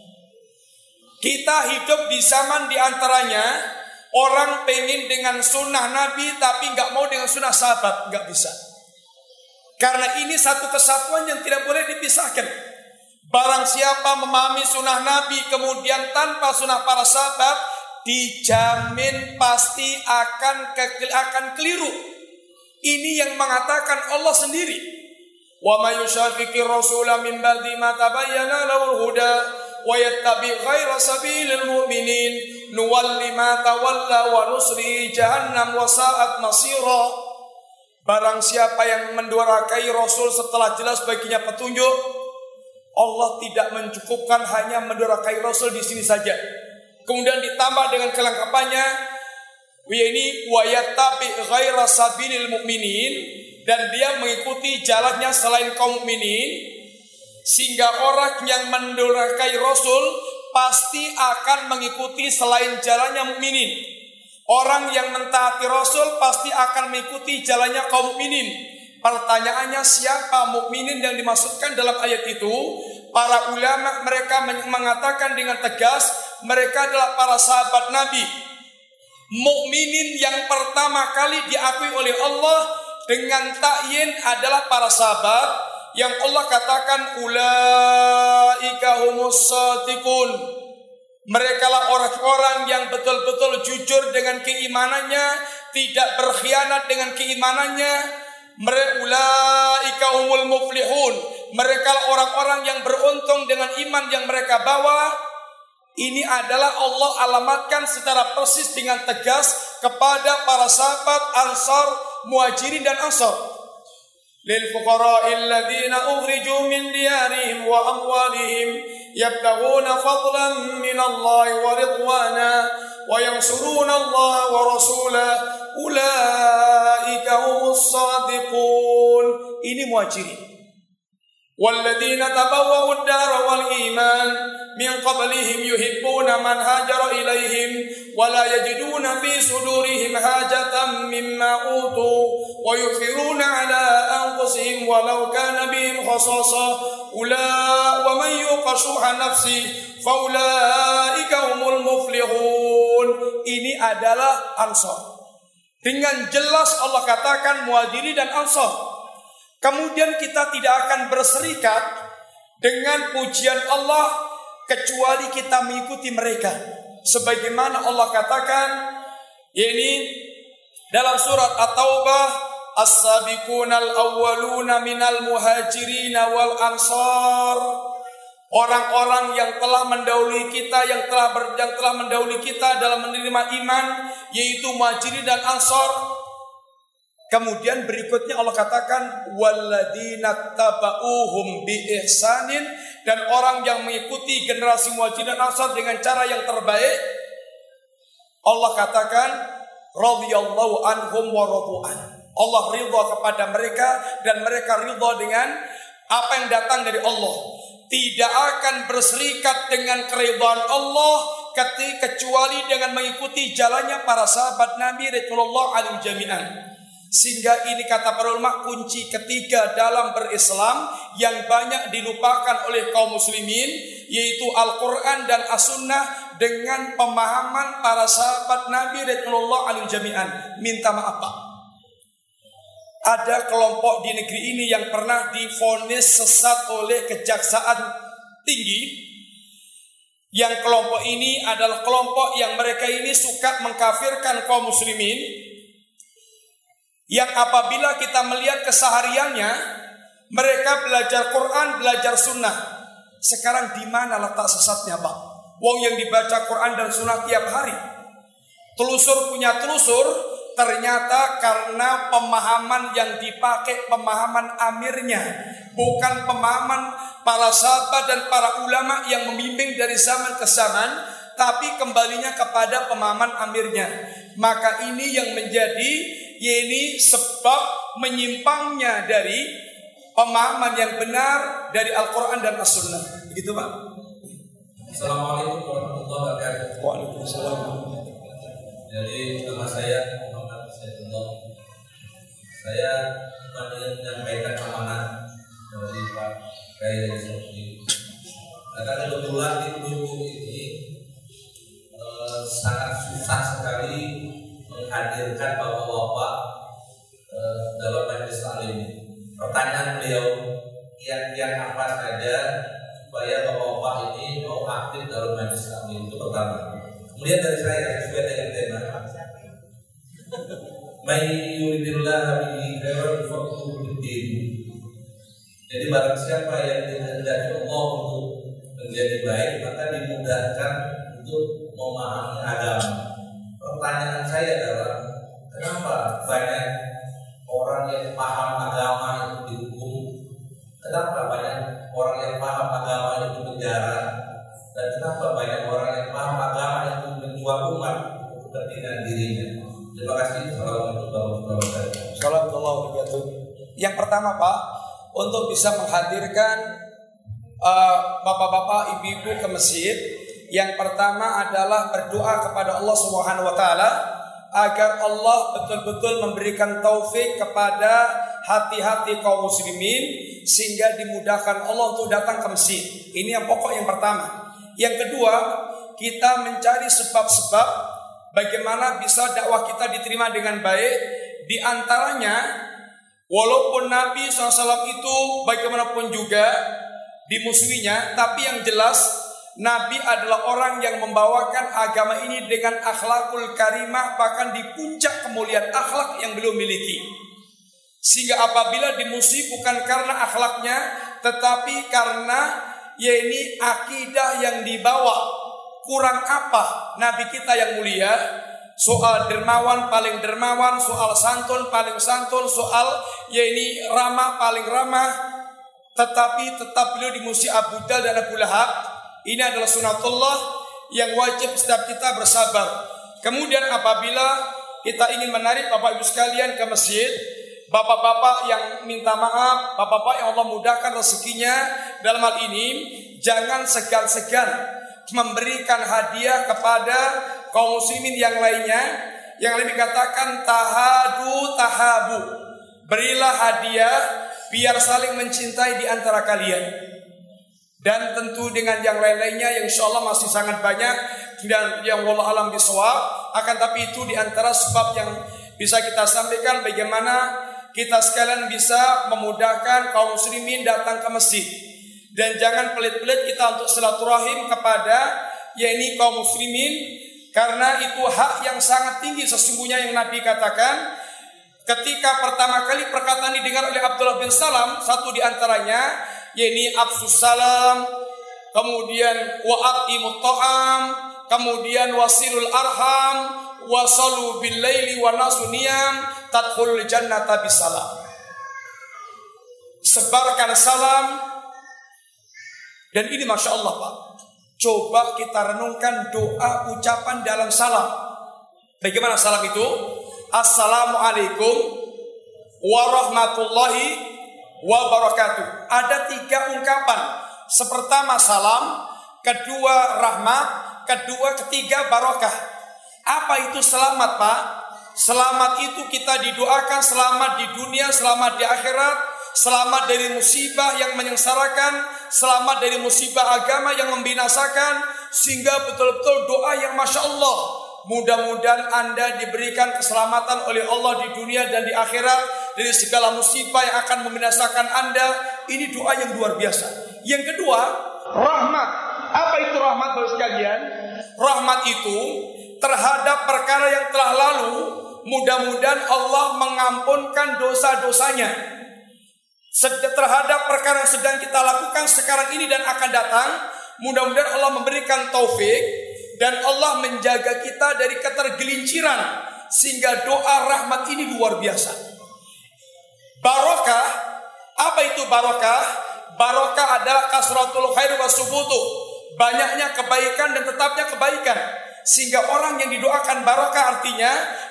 Kita hidup di zaman diantaranya orang pengen dengan sunnah Nabi tapi nggak mau dengan sunnah sahabat, nggak bisa. Karena ini satu kesatuan yang tidak boleh dipisahkan. Barang siapa memahami sunnah Nabi kemudian tanpa sunnah para sahabat, dijamin pasti akan ke, akan keliru. Ini yang mengatakan Allah sendiri. Wa may yushaqiqir rasula min ba'di ma tabayyana lahul huda wa yattabi' ghaira sabilil mu'minin nuwalli ma tawalla wa nusri jahannam wa sa'at masira. Barang siapa yang mendurakai Rasul setelah jelas baginya petunjuk, Allah tidak mencukupkan hanya mendurakai Rasul di sini saja. Kemudian ditambah dengan kelengkapannya, ini wa yattabi' ghaira sabilil mu'minin, dan dia mengikuti jalannya selain kaum mukminin, sehingga orang yang mendurakai Rasul pasti akan mengikuti selain jalannya mukminin. Orang yang mentaati Rasul pasti akan mengikuti jalannya kaum mukminin. Pertanyaannya, siapa mukminin yang dimaksudkan dalam ayat itu? Para ulama mereka mengatakan dengan tegas, mereka adalah para sahabat Nabi. Mukminin yang pertama kali diakui oleh Allah dengan ta'yin adalah para sahabat yang Allah katakan ulaika humus shadiqun. Mereka lah orang-orang yang betul-betul jujur dengan keimanannya, tidak berkhianat dengan keimanannya. Ulaika humul muflihun. Mereka lah orang-orang yang beruntung dengan iman yang mereka bawa. Ini adalah Allah alamatkan secara persis dengan tegas kepada para sahabat Ansar, Muhajirin dan Ansar. Lil fuqara'il ladzina ukhriju min diyarihim wa amwalihim yabtaghuna fadlan min Allah wa ridwana wa yansuruna Allah wa rasulahu ulaika humus shadiqun. Ini Muhajirin. Walladzina tabawwa'ud dara wal iman min qablihim yuhibbuna man hajara ilaihim wa la yajiduna fi sudurihim hajatan mimma utu wa yuthiruna ala anfusihim walau kana bihim khasasa ula wa man yuqashuha nafsi fa ulaika humul muflihun. Ini adalah Ansar. Dengan jelas Allah katakan Muhajirin dan Ansar. Kemudian kita tidak akan berserikat dengan pujian Allah kecuali kita mengikuti mereka. Sebagaimana Allah katakan, yakni dalam surat At-Taubah, as-sabiqunal awwaluna minal muhajirin wal ansar. Orang-orang yang telah mendahului kita, yang telah ber, yang telah mendahului kita dalam menerima iman, yaitu muhajirin dan ansar. Kemudian berikutnya Allah katakan walladzina tabauhum bi ihsanin, dan orang yang mengikuti generasi muhajirin dan ansar dengan cara yang terbaik. Allah katakan radhiyallahu anhum wa radu'an. Allah ridha kepada mereka dan mereka ridha dengan apa yang datang dari Allah. Tidak akan berserikat dengan keridhaan Allah kecuali dengan mengikuti jalannya para sahabat Nabi radhiyallahu anhum jami'an. Sehingga ini kata para ulama kunci ketiga dalam berislam yang banyak dilupakan oleh kaum muslimin, yaitu Al-Quran dan As-Sunnah dengan pemahaman para sahabat Nabi radhiyallahu anhum jami'an. Minta maaf Pak, ada kelompok di negeri ini yang pernah divonis sesat oleh kejaksaan tinggi. Yang kelompok ini adalah kelompok yang mereka ini suka mengkafirkan kaum muslimin, yang apabila kita melihat kesehariannya, mereka belajar Quran, belajar Sunnah. Sekarang di mana letak sesatnya Pak? Wong yang dibaca Quran dan Sunnah tiap hari. Telusur punya telusur, ternyata karena pemahaman yang dipakai pemahaman amirnya, bukan pemahaman para sahabat dan para ulama yang membimbing dari zaman ke zaman, tapi kembalinya kepada pemahaman amirnya. Maka ini yang menjadi ini sebab menyimpangnya dari pemahaman yang benar dari Al-Quran dan As-Sunnah. Begitu Pak. Assalamualaikum warahmatullahi wabarakatuh. Waalaikumsalam. Jadi nama saya Muhammad Saidullah. Saya ingin menyampaikan amanah dari Pak Kiai Sofi. Karena kebetulan di buku ini eh, sangat susah sekali menghadirkan bapak-bapak eh, dalam majelis taklim. Pertanyaan beliau, kiat-kiat apa saja supaya bapak-bapak ini mau aktif dalam majelis taklim, itu pertama. Kemudian dari saya sesuai dengan tema, may yuridillah bihi khairan yufaqihuhu fid-din. Jadi barang siapa yang dikehendaki Allah untuk menjadi baik, maka dimudahkan untuk memahami agama. Pertanyaan saya adalah, kenapa banyak orang yang paham agama itu dihukum? Kenapa banyak orang yang paham agama itu penjara? Dan kenapa banyak orang yang paham agama itu menjual umat untuk kepentingan dirinya? Terima kasih. Assalamualaikum warahmatullahi wabarakatuh. Assalamualaikum warahmatullahi wabarakatuh. Yang pertama Pak, untuk bisa menghadirkan uh, bapak-bapak, ibu-ibu ke masjid, yang pertama adalah berdoa kepada Allah Subhanahu wa taala agar Allah betul-betul memberikan taufik kepada hati-hati kaum muslimin sehingga dimudahkan Allah untuk datang ke masjid. Ini yang pokok yang pertama. Yang kedua, kita mencari sebab-sebab bagaimana bisa dakwah kita diterima dengan baik. Di antaranya, walaupun Nabi shallallahu alaihi wasallam itu bagaimanapun juga dimusuhinya, tapi yang jelas Nabi adalah orang yang membawakan agama ini dengan akhlakul karimah, bahkan di puncak kemuliaan akhlak yang beliau miliki. Sehingga apabila dimusuhi bukan karena akhlaknya, tetapi karena yaitu akidah yang dibawa. Kurang apa Nabi kita yang mulia? Soal dermawan paling dermawan, soal santun paling santun, soal yaitu ramah paling ramah, tetapi tetap beliau dimusuhi Abu Jahal dan Abu Lahab. Ini adalah sunatullah yang wajib setiap kita bersabar. Kemudian apabila kita ingin menarik Bapak Ibu sekalian ke masjid, bapak-bapak yang minta maaf, bapak-bapak yang Allah mudahkan rezekinya dalam hal ini, jangan segan-segan memberikan hadiah kepada kaum muslimin yang lainnya. Yang lebih katakan tahadu tahabu, berilah hadiah biar saling mencintai di antara kalian. Dan tentu dengan yang lain-lainnya yang insya Allah masih sangat banyak dan yang wallahu alam bisawab. Akan tapi itu di antara sebab yang bisa kita sampaikan bagaimana kita sekalian bisa memudahkan kaum muslimin datang ke masjid. Dan jangan pelit-pelit kita untuk silaturahim kepada yakni kaum muslimin, karena itu hak yang sangat tinggi sesungguhnya yang Nabi katakan. Ketika pertama kali perkataan didengar oleh Abdullah bin Salam, satu di antaranya yakni afsus salam, kemudian wa'atimut ta'am, kemudian wasilul arham, wasalu bil laili wa nasu niyam, tadkhulul jannata bisalam. Sebarkan salam. Dan ini Masya Allah Pak, coba kita renungkan doa ucapan dalam salam. Bagaimana salam itu? Assalamualaikum warahmatullahi wabarakatuh. Ada tiga ungkapan. Pertama salam, kedua rahmat, kedua ketiga barokah. Apa itu selamat Pak? Selamat itu kita didoakan selamat di dunia, selamat di akhirat, selamat dari musibah yang menyengsarakan, selamat dari musibah agama yang membinasakan, sehingga betul-betul doa yang Masya Allah. Mudah-mudahan Anda diberikan keselamatan oleh Allah di dunia dan di akhirat dari segala musibah yang akan membinasakan Anda. Ini doa yang luar biasa. Yang kedua, rahmat. Apa itu rahmat Bapak sekalian? Rahmat itu terhadap perkara yang telah lalu, mudah-mudahan Allah mengampunkan dosa-dosanya. Terhadap perkara yang sedang kita lakukan sekarang ini dan akan datang, mudah-mudahan Allah memberikan taufik dan Allah menjaga kita dari ketergelinciran, sehingga doa rahmat ini luar biasa. Barokah, apa itu barokah? Barokah adalah kasratul khair wa subutu, banyaknya kebaikan dan tetapnya kebaikan. Sehingga orang yang didoakan barokah artinya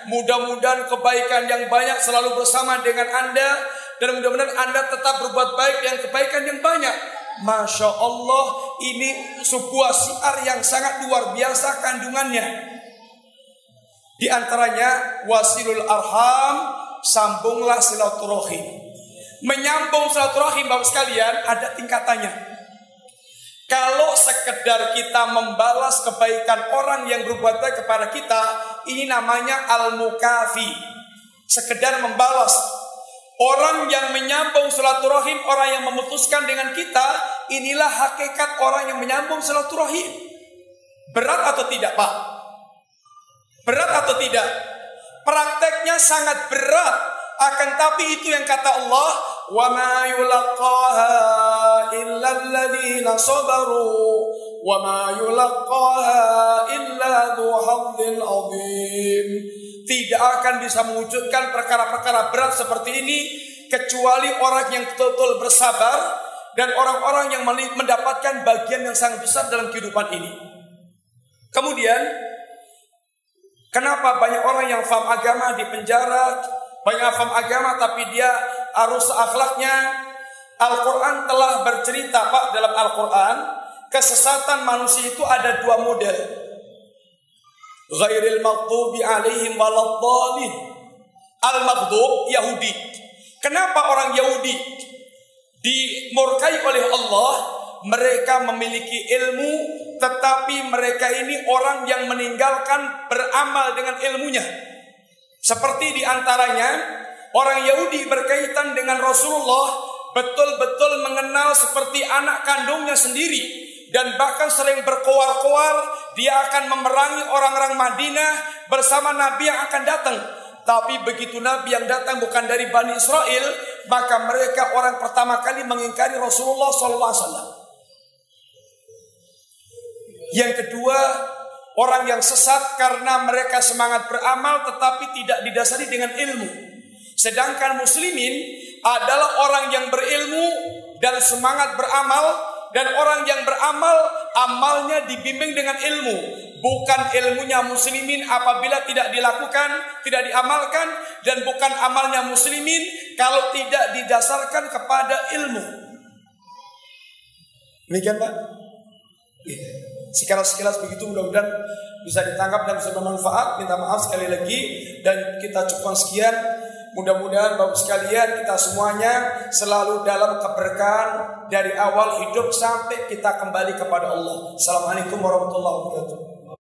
Mudah-mudahan kebaikan yang banyak selalu bersama dengan Anda, dan mudah-mudahan Anda tetap berbuat baik dengan kebaikan yang banyak. Masya Allah, ini sebuah syiar yang sangat luar biasa kandungannya. Di antaranya wasilul arham, sambunglah silaturahim. Menyambung silaturahim Bapak sekalian ada tingkatannya. Kalau sekedar kita membalas kebaikan orang yang berbuat baik kepada kita, ini namanya al-mukafi, sekedar membalas. Orang yang menyambung silaturahim, orang yang memutuskan dengan kita, inilah hakikat orang yang menyambung silaturahim. Berat atau tidak, Pak? Berat atau tidak? Prakteknya sangat berat. Akan tapi itu yang kata Allah, wa ma yulaqaha illa alladziina sabaru wa ma yulaqaha illa dzu hazzin 'adzim. Tidak akan bisa mewujudkan perkara-perkara berat seperti ini kecuali orang yang betul-betul bersabar dan orang-orang yang mendapatkan bagian yang sangat besar dalam kehidupan ini. Kemudian, kenapa banyak orang yang faham agama di penjara, banyak faham agama tapi dia arus akhlaknya? Al-Quran telah bercerita, Pak, dalam Al-Quran, kesesatan manusia itu ada dua model. Ghairil maghdubi alaihim waladhdallin. Al-maghdub Yahudi. Kenapa orang Yahudi dimurkai oleh Allah? Mereka memiliki ilmu, tetapi mereka ini orang yang meninggalkan beramal dengan ilmunya. Seperti diantaranya orang Yahudi berkaitan dengan Rasulullah, betul-betul mengenal seperti anak kandungnya sendiri. Dan bahkan sering berkoar-koar, dia akan memerangi orang-orang Madinah bersama Nabi yang akan datang. Tapi begitu Nabi yang datang bukan dari Bani Israel, maka mereka orang pertama kali mengingkari Rasulullah shallallahu alaihi wasallam. Yang kedua, orang yang sesat karena mereka semangat beramal tetapi tidak didasari dengan ilmu. Sedangkan muslimin adalah orang yang berilmu dan semangat beramal. Dan orang yang beramal, amalnya dibimbing dengan ilmu. Bukan ilmunya muslimin apabila tidak dilakukan, tidak diamalkan. Dan bukan amalnya muslimin kalau tidak didasarkan kepada ilmu. Demikian, Pak? Sekilas-sekilas begitu, mudah-mudahan bisa ditangkap dan bisa bermanfaat. Minta maaf sekali lagi. Dan kita cukupkan sekian. Mudah-mudahan Bapak sekalian kita semuanya selalu dalam keberkahan dari awal hidup sampai kita kembali kepada Allah. Assalamualaikum warahmatullahi wabarakatuh.